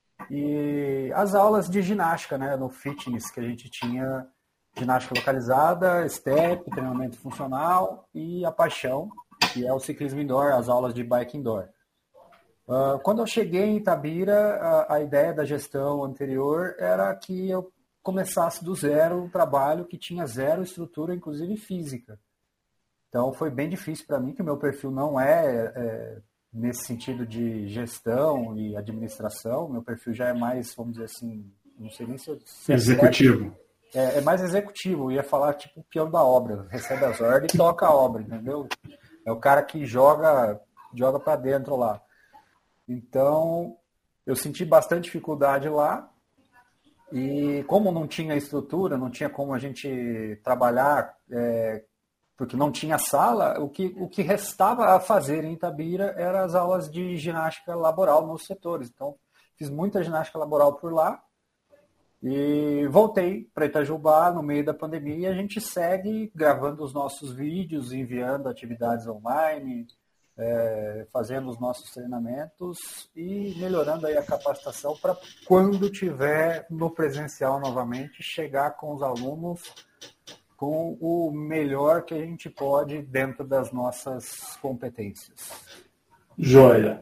B: e as aulas de ginástica, né? No fitness que a gente tinha, ginástica localizada, step, treinamento funcional e a paixão, que é o ciclismo indoor, as aulas de bike indoor. Uh, quando eu cheguei em Itabira, a, a ideia da gestão anterior era que eu começasse do zero um trabalho que tinha zero estrutura, inclusive física. Então foi bem difícil para mim, que o meu perfil não é, é nesse sentido de gestão e administração. Meu perfil já é mais, vamos dizer assim, não sei nem se eu... Se
D: executivo.
B: É, é mais executivo, eu ia falar tipo o peão da obra, recebe as ordens e toca a obra, entendeu? É o cara que joga, joga para dentro lá. Então, eu senti bastante dificuldade lá e como não tinha estrutura, não tinha como a gente trabalhar, é, porque não tinha sala, o que, o que restava a fazer em Itabira eram as aulas de ginástica laboral nos setores. Então, fiz muita ginástica laboral por lá e voltei para Itajubá no meio da pandemia e a gente segue gravando os nossos vídeos, enviando atividades online, É, fazendo os nossos treinamentos e melhorando aí a capacitação para quando tiver no presencial novamente, chegar com os alunos com o melhor que a gente pode dentro das nossas competências.
D: Joia.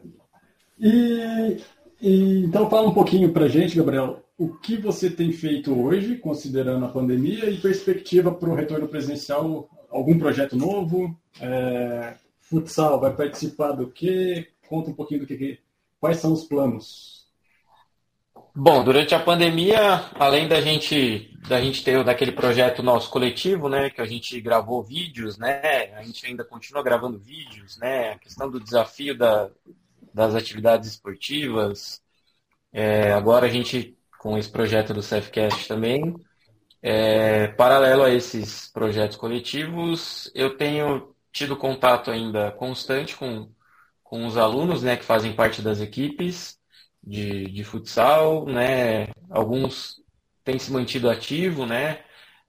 D: E, e então fala um pouquinho para a gente, Gabriel, o que você tem feito hoje, considerando a pandemia, e perspectiva para o retorno presencial, algum projeto novo? É... Futsal, vai participar do quê? Conta um pouquinho do que, quais são os planos.
C: Bom, durante a pandemia, além da gente da gente ter daquele projeto nosso coletivo, né, que a gente gravou vídeos, né, a gente ainda continua gravando vídeos, né, a questão do desafio da, das atividades esportivas. É, agora a gente, com esse projeto do CEFcast também, é, paralelo a esses projetos coletivos, eu tenho tido contato ainda constante com, com os alunos, né, que fazem parte das equipes de, de futsal, né, alguns têm se mantido ativo, né,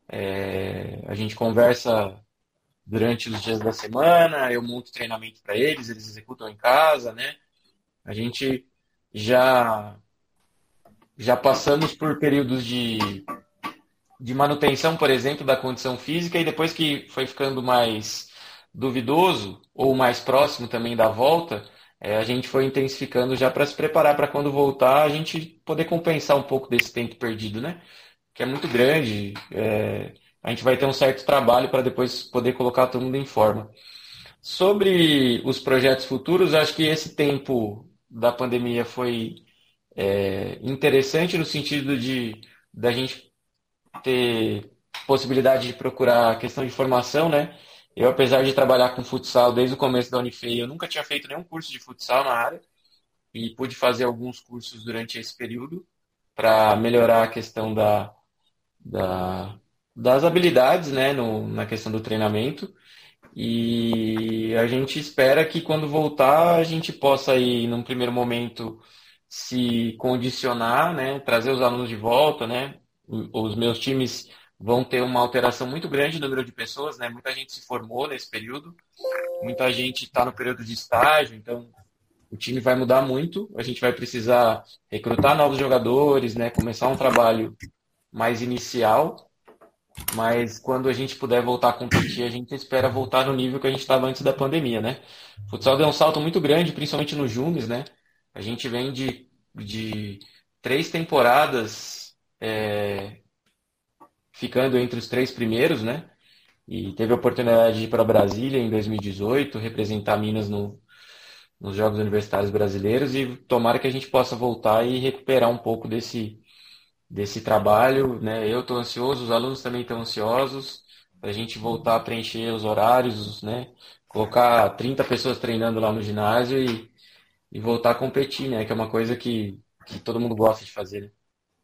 C: é, a gente conversa durante os dias da semana, eu monto treinamento para eles, eles executam em casa, né, a gente já, já passamos por períodos de, de manutenção, por exemplo, da condição física, e depois que foi ficando mais duvidoso, ou mais próximo também da volta, é, a gente foi intensificando já para se preparar para quando voltar a gente poder compensar um pouco desse tempo perdido, né? Que é muito grande, é, a gente vai ter um certo trabalho para depois poder colocar todo mundo em forma. Sobre os projetos futuros, acho que esse tempo da pandemia foi é, interessante no sentido de da gente ter possibilidade de procurar a questão de formação, né? Eu, apesar de trabalhar com futsal desde o começo da Unifei, eu nunca tinha feito nenhum curso de futsal na área e pude fazer alguns cursos durante esse período para melhorar a questão da, da, das habilidades, né, no, na questão do treinamento. E a gente espera que quando voltar a gente possa aí, num primeiro momento, se condicionar, né, trazer os alunos de volta, né? Os meus times vão ter uma alteração muito grande no número de pessoas, né? Muita gente se formou nesse período, muita gente está no período de estágio, então o time vai mudar muito, a gente vai precisar recrutar novos jogadores, né? Começar um trabalho mais inicial, mas quando a gente puder voltar a competir, a gente espera voltar no nível que a gente estava antes da pandemia, né? O futsal deu um salto muito grande, principalmente nos Jumes, né? A gente vem de, de três temporadas é, ficando entre os três primeiros, né? E teve a oportunidade de ir para Brasília em dois mil e dezoito, representar Minas no, nos Jogos Universitários Brasileiros, e tomara que a gente possa voltar e recuperar um pouco desse, desse trabalho, né? Eu estou ansioso, os alunos também estão ansiosos, para a gente voltar a preencher os horários, né? Colocar trinta pessoas treinando lá no ginásio e, e voltar a competir, né? Que é uma coisa que, que todo mundo gosta de fazer, né?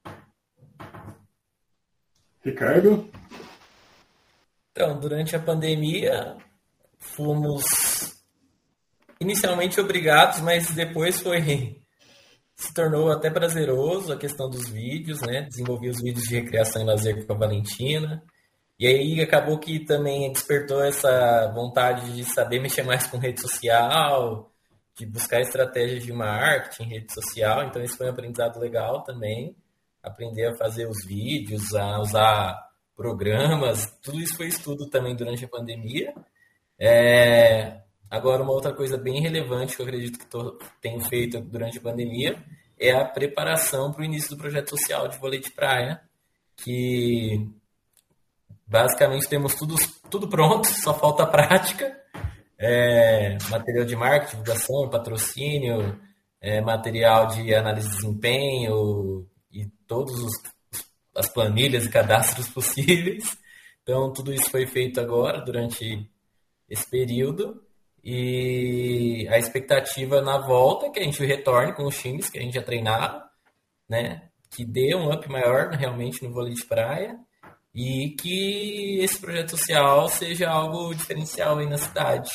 D: Ricardo?
E: Então, durante a pandemia, fomos inicialmente obrigados, mas depois foi se tornou até prazeroso a questão dos vídeos, né? Desenvolvi os vídeos de recreação e lazer com a Valentina. E aí acabou que também despertou essa vontade de saber mexer mais com rede social, de buscar estratégias de marketing em rede social. Então, isso foi um aprendizado legal também. Aprender a fazer os vídeos, a usar programas, tudo isso foi estudo também durante a pandemia. É... Agora, uma outra coisa bem relevante que eu acredito que tô, tenho feito durante a pandemia é a preparação para o início do projeto social de vôlei de praia, que basicamente temos tudo, tudo pronto, só falta a prática, é... material de marketing, divulgação, patrocínio, é... material de análise de desempenho e todos os as planilhas e cadastros possíveis. Então, tudo isso foi feito agora, durante esse período. E a expectativa na volta é que a gente retorne com os times que a gente já treinava, né? Que dê um up maior realmente no vôlei de praia e que esse projeto social seja algo diferencial aí na cidade.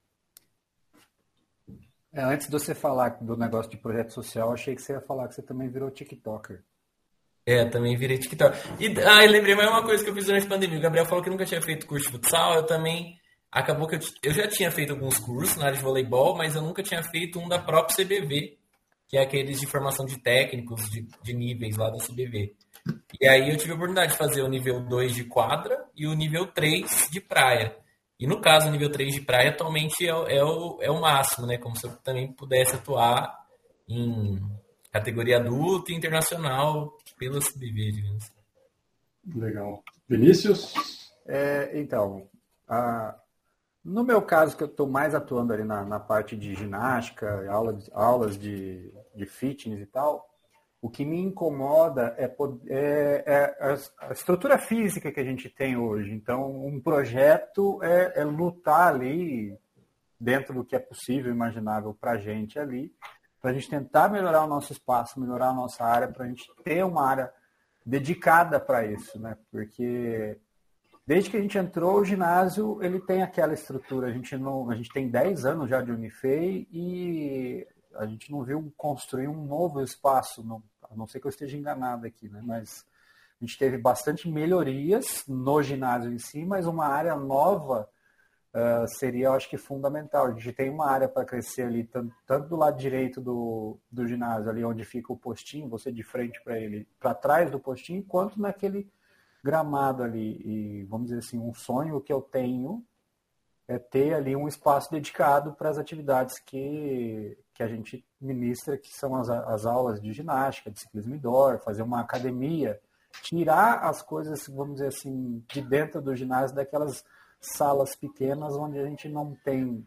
B: É, antes de você falar do negócio de projeto social, achei que você ia falar que você também virou TikToker.
E: É, também virei TikTok. E, ah, eu lembrei mais uma coisa que eu fiz durante a pandemia. O Gabriel falou que nunca tinha feito curso de futsal. Eu também... Acabou que eu, eu já tinha feito alguns cursos na área de voleibol, mas eu nunca tinha feito um da própria C B V, que é aqueles de formação de técnicos, de, de níveis lá da C B V. E aí eu tive a oportunidade de fazer o nível dois de quadra e o nível três de praia. E no caso, o nível três de praia atualmente é, é, o, é o máximo, né? Como se eu também pudesse atuar em categoria adulta e internacional pela C B V, digamos.
D: Legal. Vinícius?
B: É, então, a, no meu caso, que eu estou mais atuando ali na, na parte de ginástica, aulas, aulas de, de fitness e tal, O que me incomoda é, é, é a estrutura física que a gente tem hoje. Então, um projeto é, é lutar ali, dentro do que é possível, imaginável para a gente ali, para a gente tentar melhorar o nosso espaço, melhorar a nossa área, para a gente ter uma área dedicada para isso, né? Porque desde que a gente entrou, o ginásio ele tem aquela estrutura. A gente, não, a gente tem dez anos já de Unifei e a gente não viu construir um novo espaço, não, a não ser que eu esteja enganado aqui, né? Mas a gente teve bastante melhorias no ginásio em si, mas uma área nova uh, seria, eu acho que, fundamental. A gente tem uma área para crescer ali, tanto, tanto do lado direito do, do ginásio, ali onde fica o postinho, você de frente para ele, para trás do postinho, quanto naquele gramado ali. E, vamos dizer assim, um sonho que eu tenho é ter ali um espaço dedicado para as atividades que, que a gente ministra, que são as, as aulas de ginástica, de ciclismo indoor, fazer uma academia, tirar as coisas, vamos dizer assim, de dentro do ginásio, daquelas salas pequenas onde a gente não tem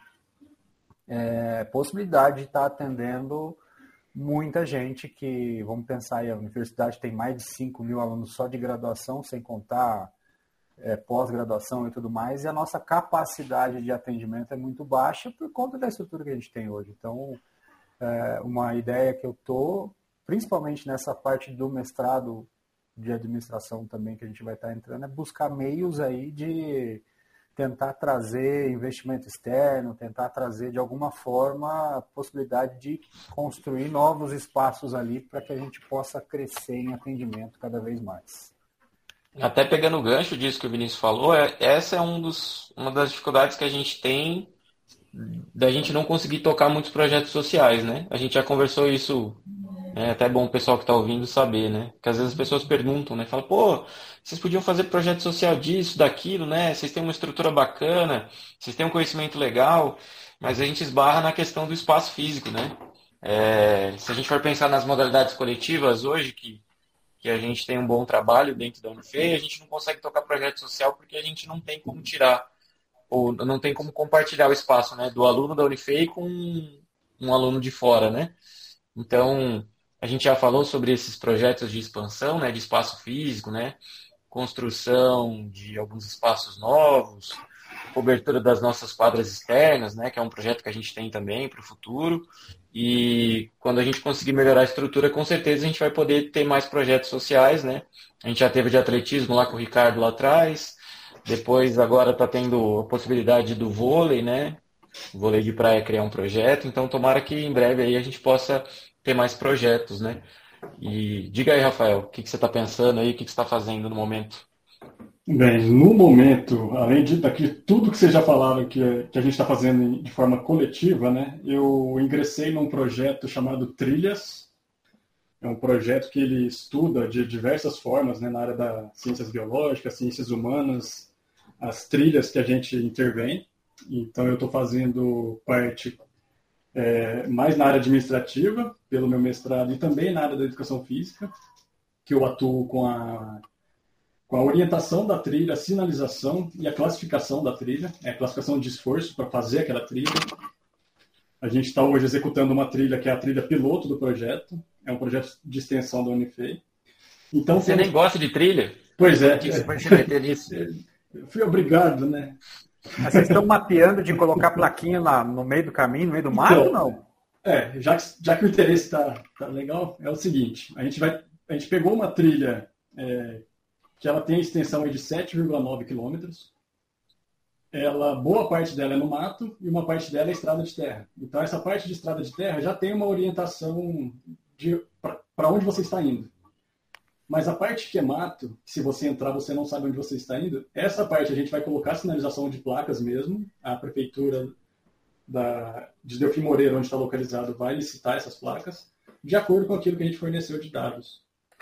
B: é, possibilidade de estar atendendo muita gente que, vamos pensar aí, a universidade tem mais de cinco mil alunos só de graduação, sem contar É, pós-graduação e tudo mais, e a nossa capacidade de atendimento é muito baixa por conta da estrutura que a gente tem hoje. Então, é, uma ideia que eu estou, principalmente nessa parte do mestrado de administração também que a gente vai estar entrando, é buscar meios aí de tentar trazer investimento externo, tentar trazer de alguma forma a possibilidade de construir novos espaços ali para que a gente possa crescer em atendimento cada vez mais.
C: Até pegando o gancho disso que o Vinícius falou, é, essa é um dos, uma das dificuldades que a gente tem da gente não conseguir tocar muitos projetos sociais, né? A gente já conversou isso, é até bom o pessoal que está ouvindo saber, né? Porque às vezes as pessoas perguntam, né? Falam, pô, vocês podiam fazer projeto social disso, daquilo, né? Vocês têm uma estrutura bacana, vocês têm um conhecimento legal, mas a gente esbarra na questão do espaço físico, né? É, se a gente for pensar nas modalidades coletivas hoje, que que a gente tem um bom trabalho dentro da Unifei, a gente não consegue tocar projeto social porque a gente não tem como tirar, ou não tem como compartilhar o espaço, né, do aluno da Unifei com um aluno de fora, né? Então, a gente já falou sobre esses projetos de expansão, né, de espaço físico, né, construção de alguns espaços novos, cobertura das nossas quadras externas, né, que é um projeto que a gente tem também para o futuro. E quando a gente conseguir melhorar a estrutura, com certeza a gente vai poder ter mais projetos sociais, né? A gente já teve de atletismo lá com o Ricardo lá atrás, depois agora está tendo a possibilidade do vôlei, né? O vôlei de praia criar um projeto, então tomara que em breve aí a gente possa ter mais projetos, né? E diga aí, Rafael, o que, que você está pensando aí, o que, que você está fazendo no momento?
D: Bem, no momento, além de daqui tudo que vocês já falaram que, que a gente está fazendo de forma coletiva, né? Eu ingressei num projeto chamado Trilhas. É um projeto que ele estuda de diversas formas, né, na área das ciências biológicas, ciências humanas, as trilhas que a gente intervém. Então, eu estou fazendo parte é, mais na área administrativa, pelo meu mestrado, e também na área da educação física, que eu atuo com a com a orientação da trilha, a sinalização e a classificação da trilha, é a classificação de esforço para fazer aquela trilha. A gente está hoje executando uma trilha que é a trilha piloto do projeto, é um projeto de extensão da Unifei. Então,
C: você temos... nem gosta de trilha?
D: Pois é.
C: Você vai se meter nisso?
D: Eu fui obrigado, né?
B: Mas vocês estão mapeando de colocar plaquinha lá no meio do caminho, no meio do mato,
D: então,
B: não?
D: É, já que, já que o interesse está tá legal, é o seguinte, a gente, vai, a gente pegou uma trilha... É, que ela tem extensão de sete vírgula nove quilômetros. Ela, boa parte dela é no mato e uma parte dela é estrada de terra. Então, essa parte de estrada de terra já tem uma orientação para onde você está indo. Mas a parte que é mato, se você entrar, você não sabe onde você está indo, essa parte a gente vai colocar sinalização de placas mesmo. A prefeitura da, de Delfim Moreira, onde está localizado, vai licitar essas placas, de acordo com aquilo que a gente forneceu de dados.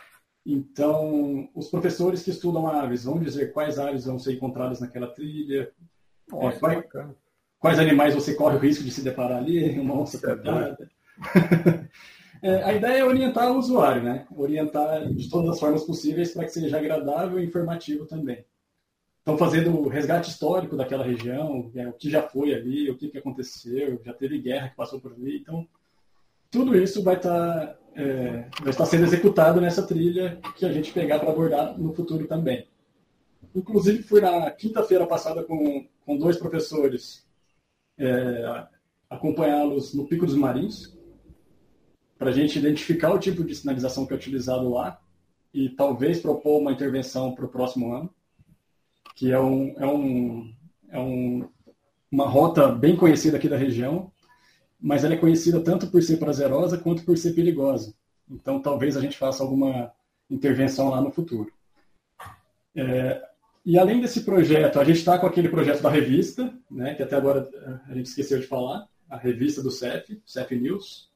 D: Então, os professores que estudam aves vão dizer quais aves vão ser encontradas naquela trilha,
B: Nossa,
D: é, quais, quais animais você corre o risco de se deparar ali, uma onça pintada. É, a ideia é orientar o usuário, né? Orientar de todas as formas possíveis para que seja agradável e informativo também. Estão fazendo o resgate histórico daquela região, é, o que já foi ali, o que, que aconteceu, já teve guerra que passou por ali. Então, tudo isso vai estar, é, vai estar sendo executado nessa trilha que a gente pegar para abordar no futuro também. Inclusive, fui na quinta-feira passada com, com dois professores é, acompanhá-los no Pico dos Marins, para a gente identificar o tipo de sinalização que é utilizado lá e talvez propor uma intervenção para o próximo ano, que é, um, é, um, é um, uma rota bem conhecida aqui da região, mas ela é conhecida tanto por ser prazerosa quanto por ser perigosa. Então, talvez a gente faça alguma intervenção lá no futuro. É, e além desse projeto, a gente está com aquele projeto da revista, né, que até agora a gente esqueceu de falar, a revista do C E F, C E F News.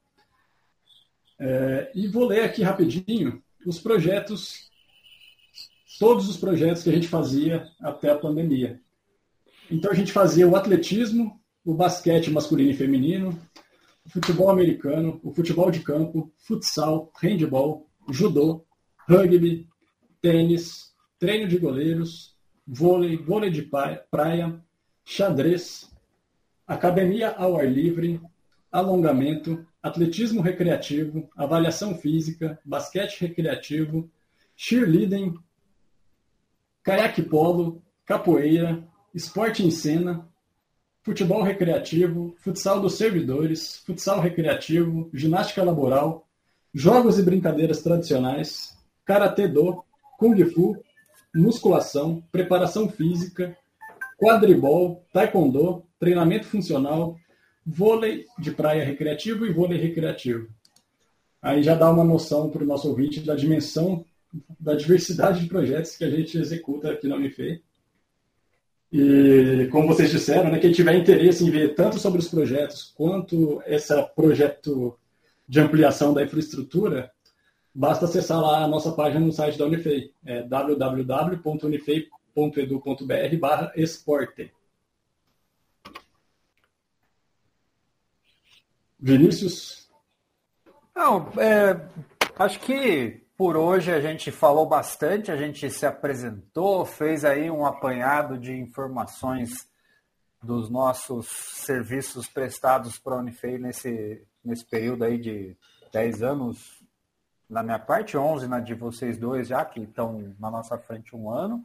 D: É, e vou ler aqui rapidinho os projetos, todos os projetos que a gente fazia até a pandemia. Então, a gente fazia o atletismo, o basquete masculino e feminino, o futebol americano, o futebol de campo, futsal, handebol, judô, rugby, tênis, treino de goleiros, vôlei, vôlei de praia, xadrez, academia ao ar livre, alongamento, atletismo recreativo, avaliação física, basquete recreativo, cheerleading, caiaque polo, capoeira, esporte em cena, futebol recreativo, futsal dos servidores, futsal recreativo, ginástica laboral, jogos e brincadeiras tradicionais, karatê-do, kung fu, musculação, preparação física, quadribol, taekwondo, treinamento funcional, vôlei de praia recreativo e vôlei recreativo. Aí já dá uma noção para o nosso ouvinte da dimensão, da diversidade de projetos que a gente executa aqui na Unifei. E, como vocês disseram, né, quem tiver interesse em ver tanto sobre os projetos quanto esse projeto de ampliação da infraestrutura, basta acessar lá a nossa página no site da Unifei, é w w w ponto unifei ponto edu ponto b r barra esporte. Vinícius?
B: Não, é, acho que por hoje a gente falou bastante, a gente se apresentou, fez aí um apanhado de informações dos nossos serviços prestados para a Unifei nesse, nesse período aí de dez anos, na minha parte, onze na de vocês dois já, que estão na nossa frente um ano.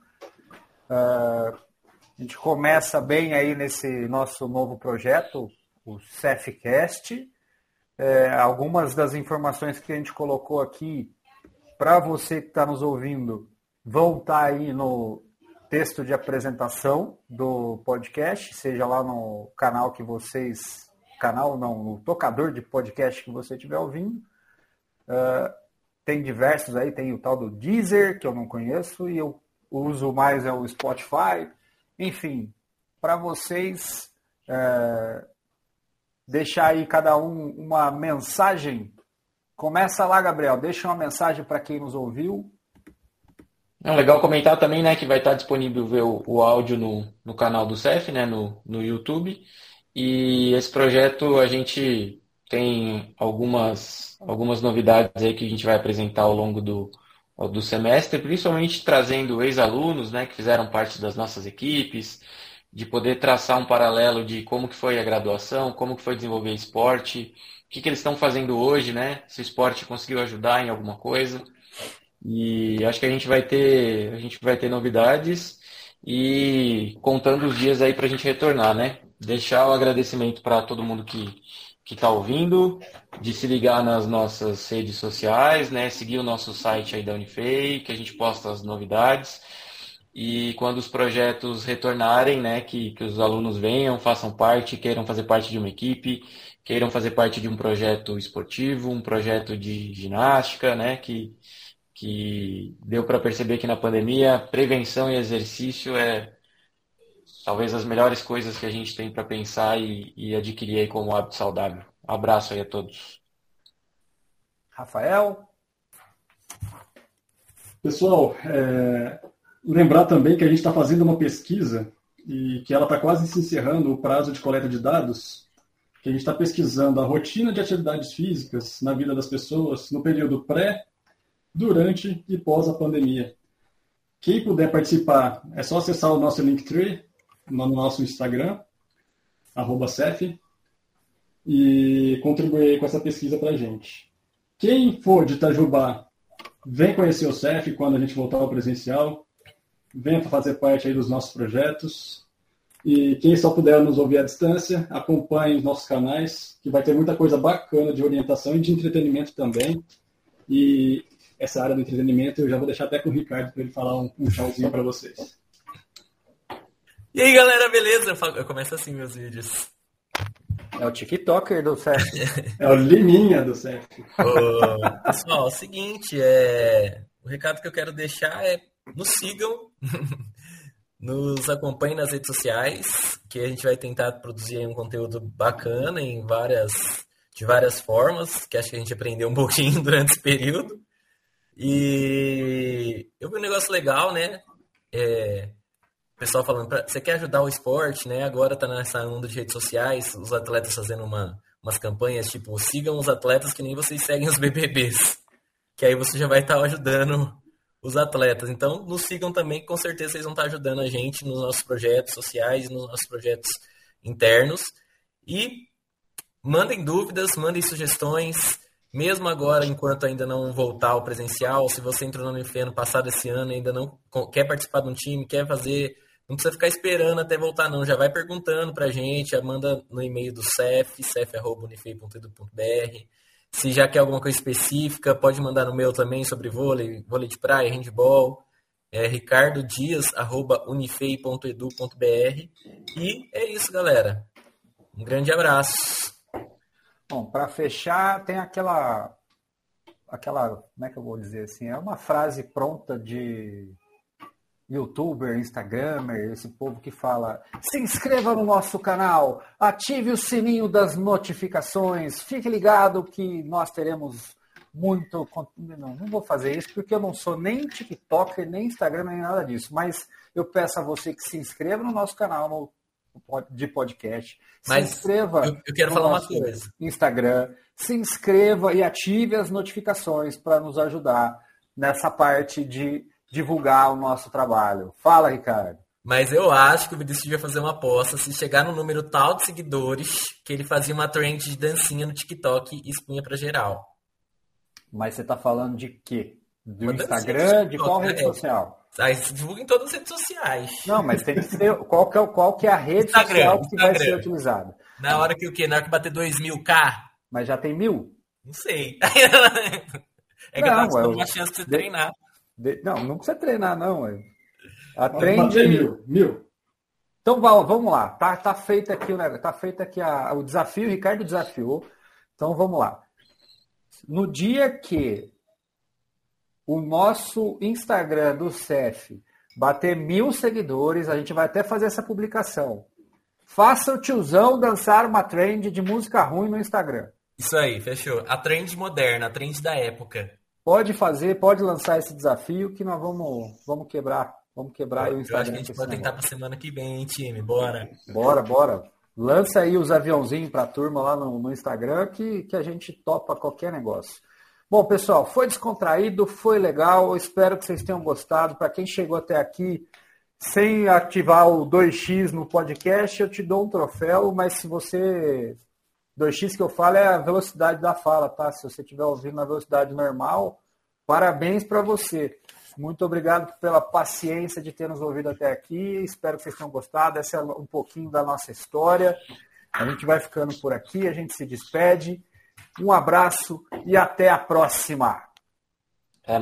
B: Uh, a gente começa bem aí nesse nosso novo projeto, o CEFcast. É, algumas das informações que a gente colocou aqui, para você que está nos ouvindo, vão estar tá aí no texto de apresentação do podcast, seja lá no canal que vocês, canal não, no tocador de podcast que você estiver ouvindo. Uh, tem diversos aí, tem o tal do Deezer, que eu não conheço, e eu uso mais é o Spotify. Enfim, para vocês... Uh, deixar aí cada um uma mensagem. Começa lá, Gabriel. Deixa uma mensagem para quem nos ouviu.
C: É legal comentar também, né, que vai estar disponível ver o, o áudio no, no canal do C E F, né, no, no YouTube. E esse projeto a gente tem algumas, algumas novidades aí que a gente vai apresentar ao longo do, do semestre, principalmente trazendo ex-alunos, né, que fizeram parte das nossas equipes, de poder traçar um paralelo de como que foi a graduação, como que foi desenvolver esporte, o que, que eles estão fazendo hoje, né? Se o esporte conseguiu ajudar em alguma coisa. E acho que a gente vai ter, a gente vai ter novidades e contando os dias aí para a gente retornar, né? Deixar o agradecimento para todo mundo que que está ouvindo, de se ligar nas nossas redes sociais, né? Seguir o nosso site aí da Unifei, que a gente posta as novidades. E quando os projetos retornarem, né, que, que os alunos venham, façam parte, queiram fazer parte de uma equipe, queiram fazer parte de um projeto esportivo, um projeto de ginástica, né, que, que deu para perceber que na pandemia prevenção e exercício é talvez as melhores coisas que a gente tem para pensar e, e adquirir aí como hábito saudável. Um abraço aí a todos.
B: Rafael?
D: Pessoal, é... lembrar também que a gente está fazendo uma pesquisa e que ela está quase se encerrando o prazo de coleta de dados, que a gente está pesquisando a rotina de atividades físicas na vida das pessoas no período pré, durante e pós a pandemia. Quem puder participar, é só acessar o nosso Linktree no nosso Instagram, arroba Cef, e contribuir com essa pesquisa para a gente. Quem for de Itajubá, vem conhecer o C E F quando a gente voltar ao presencial, venha para fazer parte aí dos nossos projetos. E quem só puder nos ouvir à distância, acompanhe os nossos canais, que vai ter muita coisa bacana de orientação e de entretenimento também. E essa área do entretenimento eu já vou deixar até com o Ricardo para ele falar um, um tchauzinho para vocês.
E: E aí, galera, beleza? Eu, falo, eu começo assim meus vídeos.
B: É o TikToker do C E F.
D: É o Liminha do C E F.
E: Ô, pessoal, é o seguinte, é... o recado que eu quero deixar é nos sigam, nos acompanhem nas redes sociais, que a gente vai tentar produzir aí um conteúdo bacana em várias, de várias formas, que acho que a gente aprendeu um pouquinho durante esse período. E eu vi um negócio legal, né? É... O pessoal falando, pra, você quer ajudar o esporte, né? Agora tá nessa onda de redes sociais, os atletas fazendo uma, umas campanhas, tipo, sigam os atletas que nem vocês seguem os B B Bs. Que aí você já vai estar ajudando os atletas. Então, nos sigam também, que com certeza vocês vão estar ajudando a gente nos nossos projetos sociais, nos nossos projetos internos. E mandem dúvidas, mandem sugestões. Mesmo agora, enquanto ainda não voltar ao presencial, se você entrou no Unifei ano passado, esse ano, ainda não quer participar de um time, quer fazer... Não precisa ficar esperando até voltar, não. Já vai perguntando pra gente, manda no e-mail do C E F, c e f arroba unifei ponto edu ponto b r. Se já quer alguma coisa específica, pode mandar no meu também sobre vôlei, vôlei de praia, handball. É ricardo dias arroba unifei ponto edu ponto b r. E é isso, galera. Um grande abraço.
B: Bom, para fechar, tem aquela... aquela, como é que eu vou dizer assim? É uma frase pronta de... youtuber, instagramer, esse povo que fala: se inscreva no nosso canal, ative o sininho das notificações, fique ligado que nós teremos muito... Não, não vou fazer isso porque eu não sou nem TikToker, nem Instagram, nem nada disso, mas eu peço a você que se inscreva no nosso canal no, de podcast,
E: mas
B: se inscreva
E: eu, eu quero
B: no
E: falar uma
B: nosso
E: coisa.
B: Instagram, se inscreva e ative as notificações para nos ajudar nessa parte de divulgar o nosso trabalho. Fala, Ricardo.
E: Mas eu acho que o Vinícius devia fazer uma aposta, se chegar no número tal de seguidores, que ele fazia uma trend de dancinha no TikTok e expunha pra geral.
B: Mas você tá falando de quê? Do
E: Uma
B: Instagram? De qual
E: é.
B: rede social?
E: Aí se divulga em todas as redes sociais.
B: Não, mas tem que ser... Qual que é, qual que é a rede
E: Instagram,
B: social que
E: Instagram.
B: vai ser utilizada?
E: Na hora que o quê? Na hora que bater dois mil K?
B: Mas já tem mil?
E: Não sei. É que
B: Não,
E: eu tô
B: eu-
E: uma chance de você
B: de-
E: treinar.
B: De- Não, não precisa treinar, não. é. A
D: Pode
B: trend...
D: bater mil, mil.
B: Então va- vamos lá, tá, tá feito aqui, o negócio, tá feito aqui a- o desafio, o Ricardo desafiou. Então vamos lá. No dia que o nosso Instagram do C E F bater mil seguidores, a gente vai até fazer essa publicação. Faça o tiozão dançar uma trend de música ruim no Instagram.
E: Isso aí, fechou. A trend moderna, a trend da época.
B: Pode fazer, pode lançar esse desafio que nós vamos, vamos quebrar. Vamos quebrar aí o
E: Eu
B: Instagram.
E: acho que a gente
B: com esse
E: pode tentar
B: negócio.
E: pra semana que vem, hein, time? Bora.
B: Bora, bora. Lança aí os aviãozinhos para a turma lá no, no Instagram que, que a gente topa qualquer negócio. Bom, pessoal, foi descontraído, foi legal. Espero que vocês tenham gostado. Para quem chegou até aqui sem ativar o dois x no podcast, eu te dou um troféu, mas se você... dois x que eu falo é a velocidade da fala, tá? Se você estiver ouvindo na velocidade normal, parabéns para você. Muito obrigado pela paciência de ter nos ouvido até aqui. Espero que vocês tenham gostado. Essa é um pouquinho da nossa história. A gente vai ficando por aqui, a gente se despede. Um abraço e até a próxima!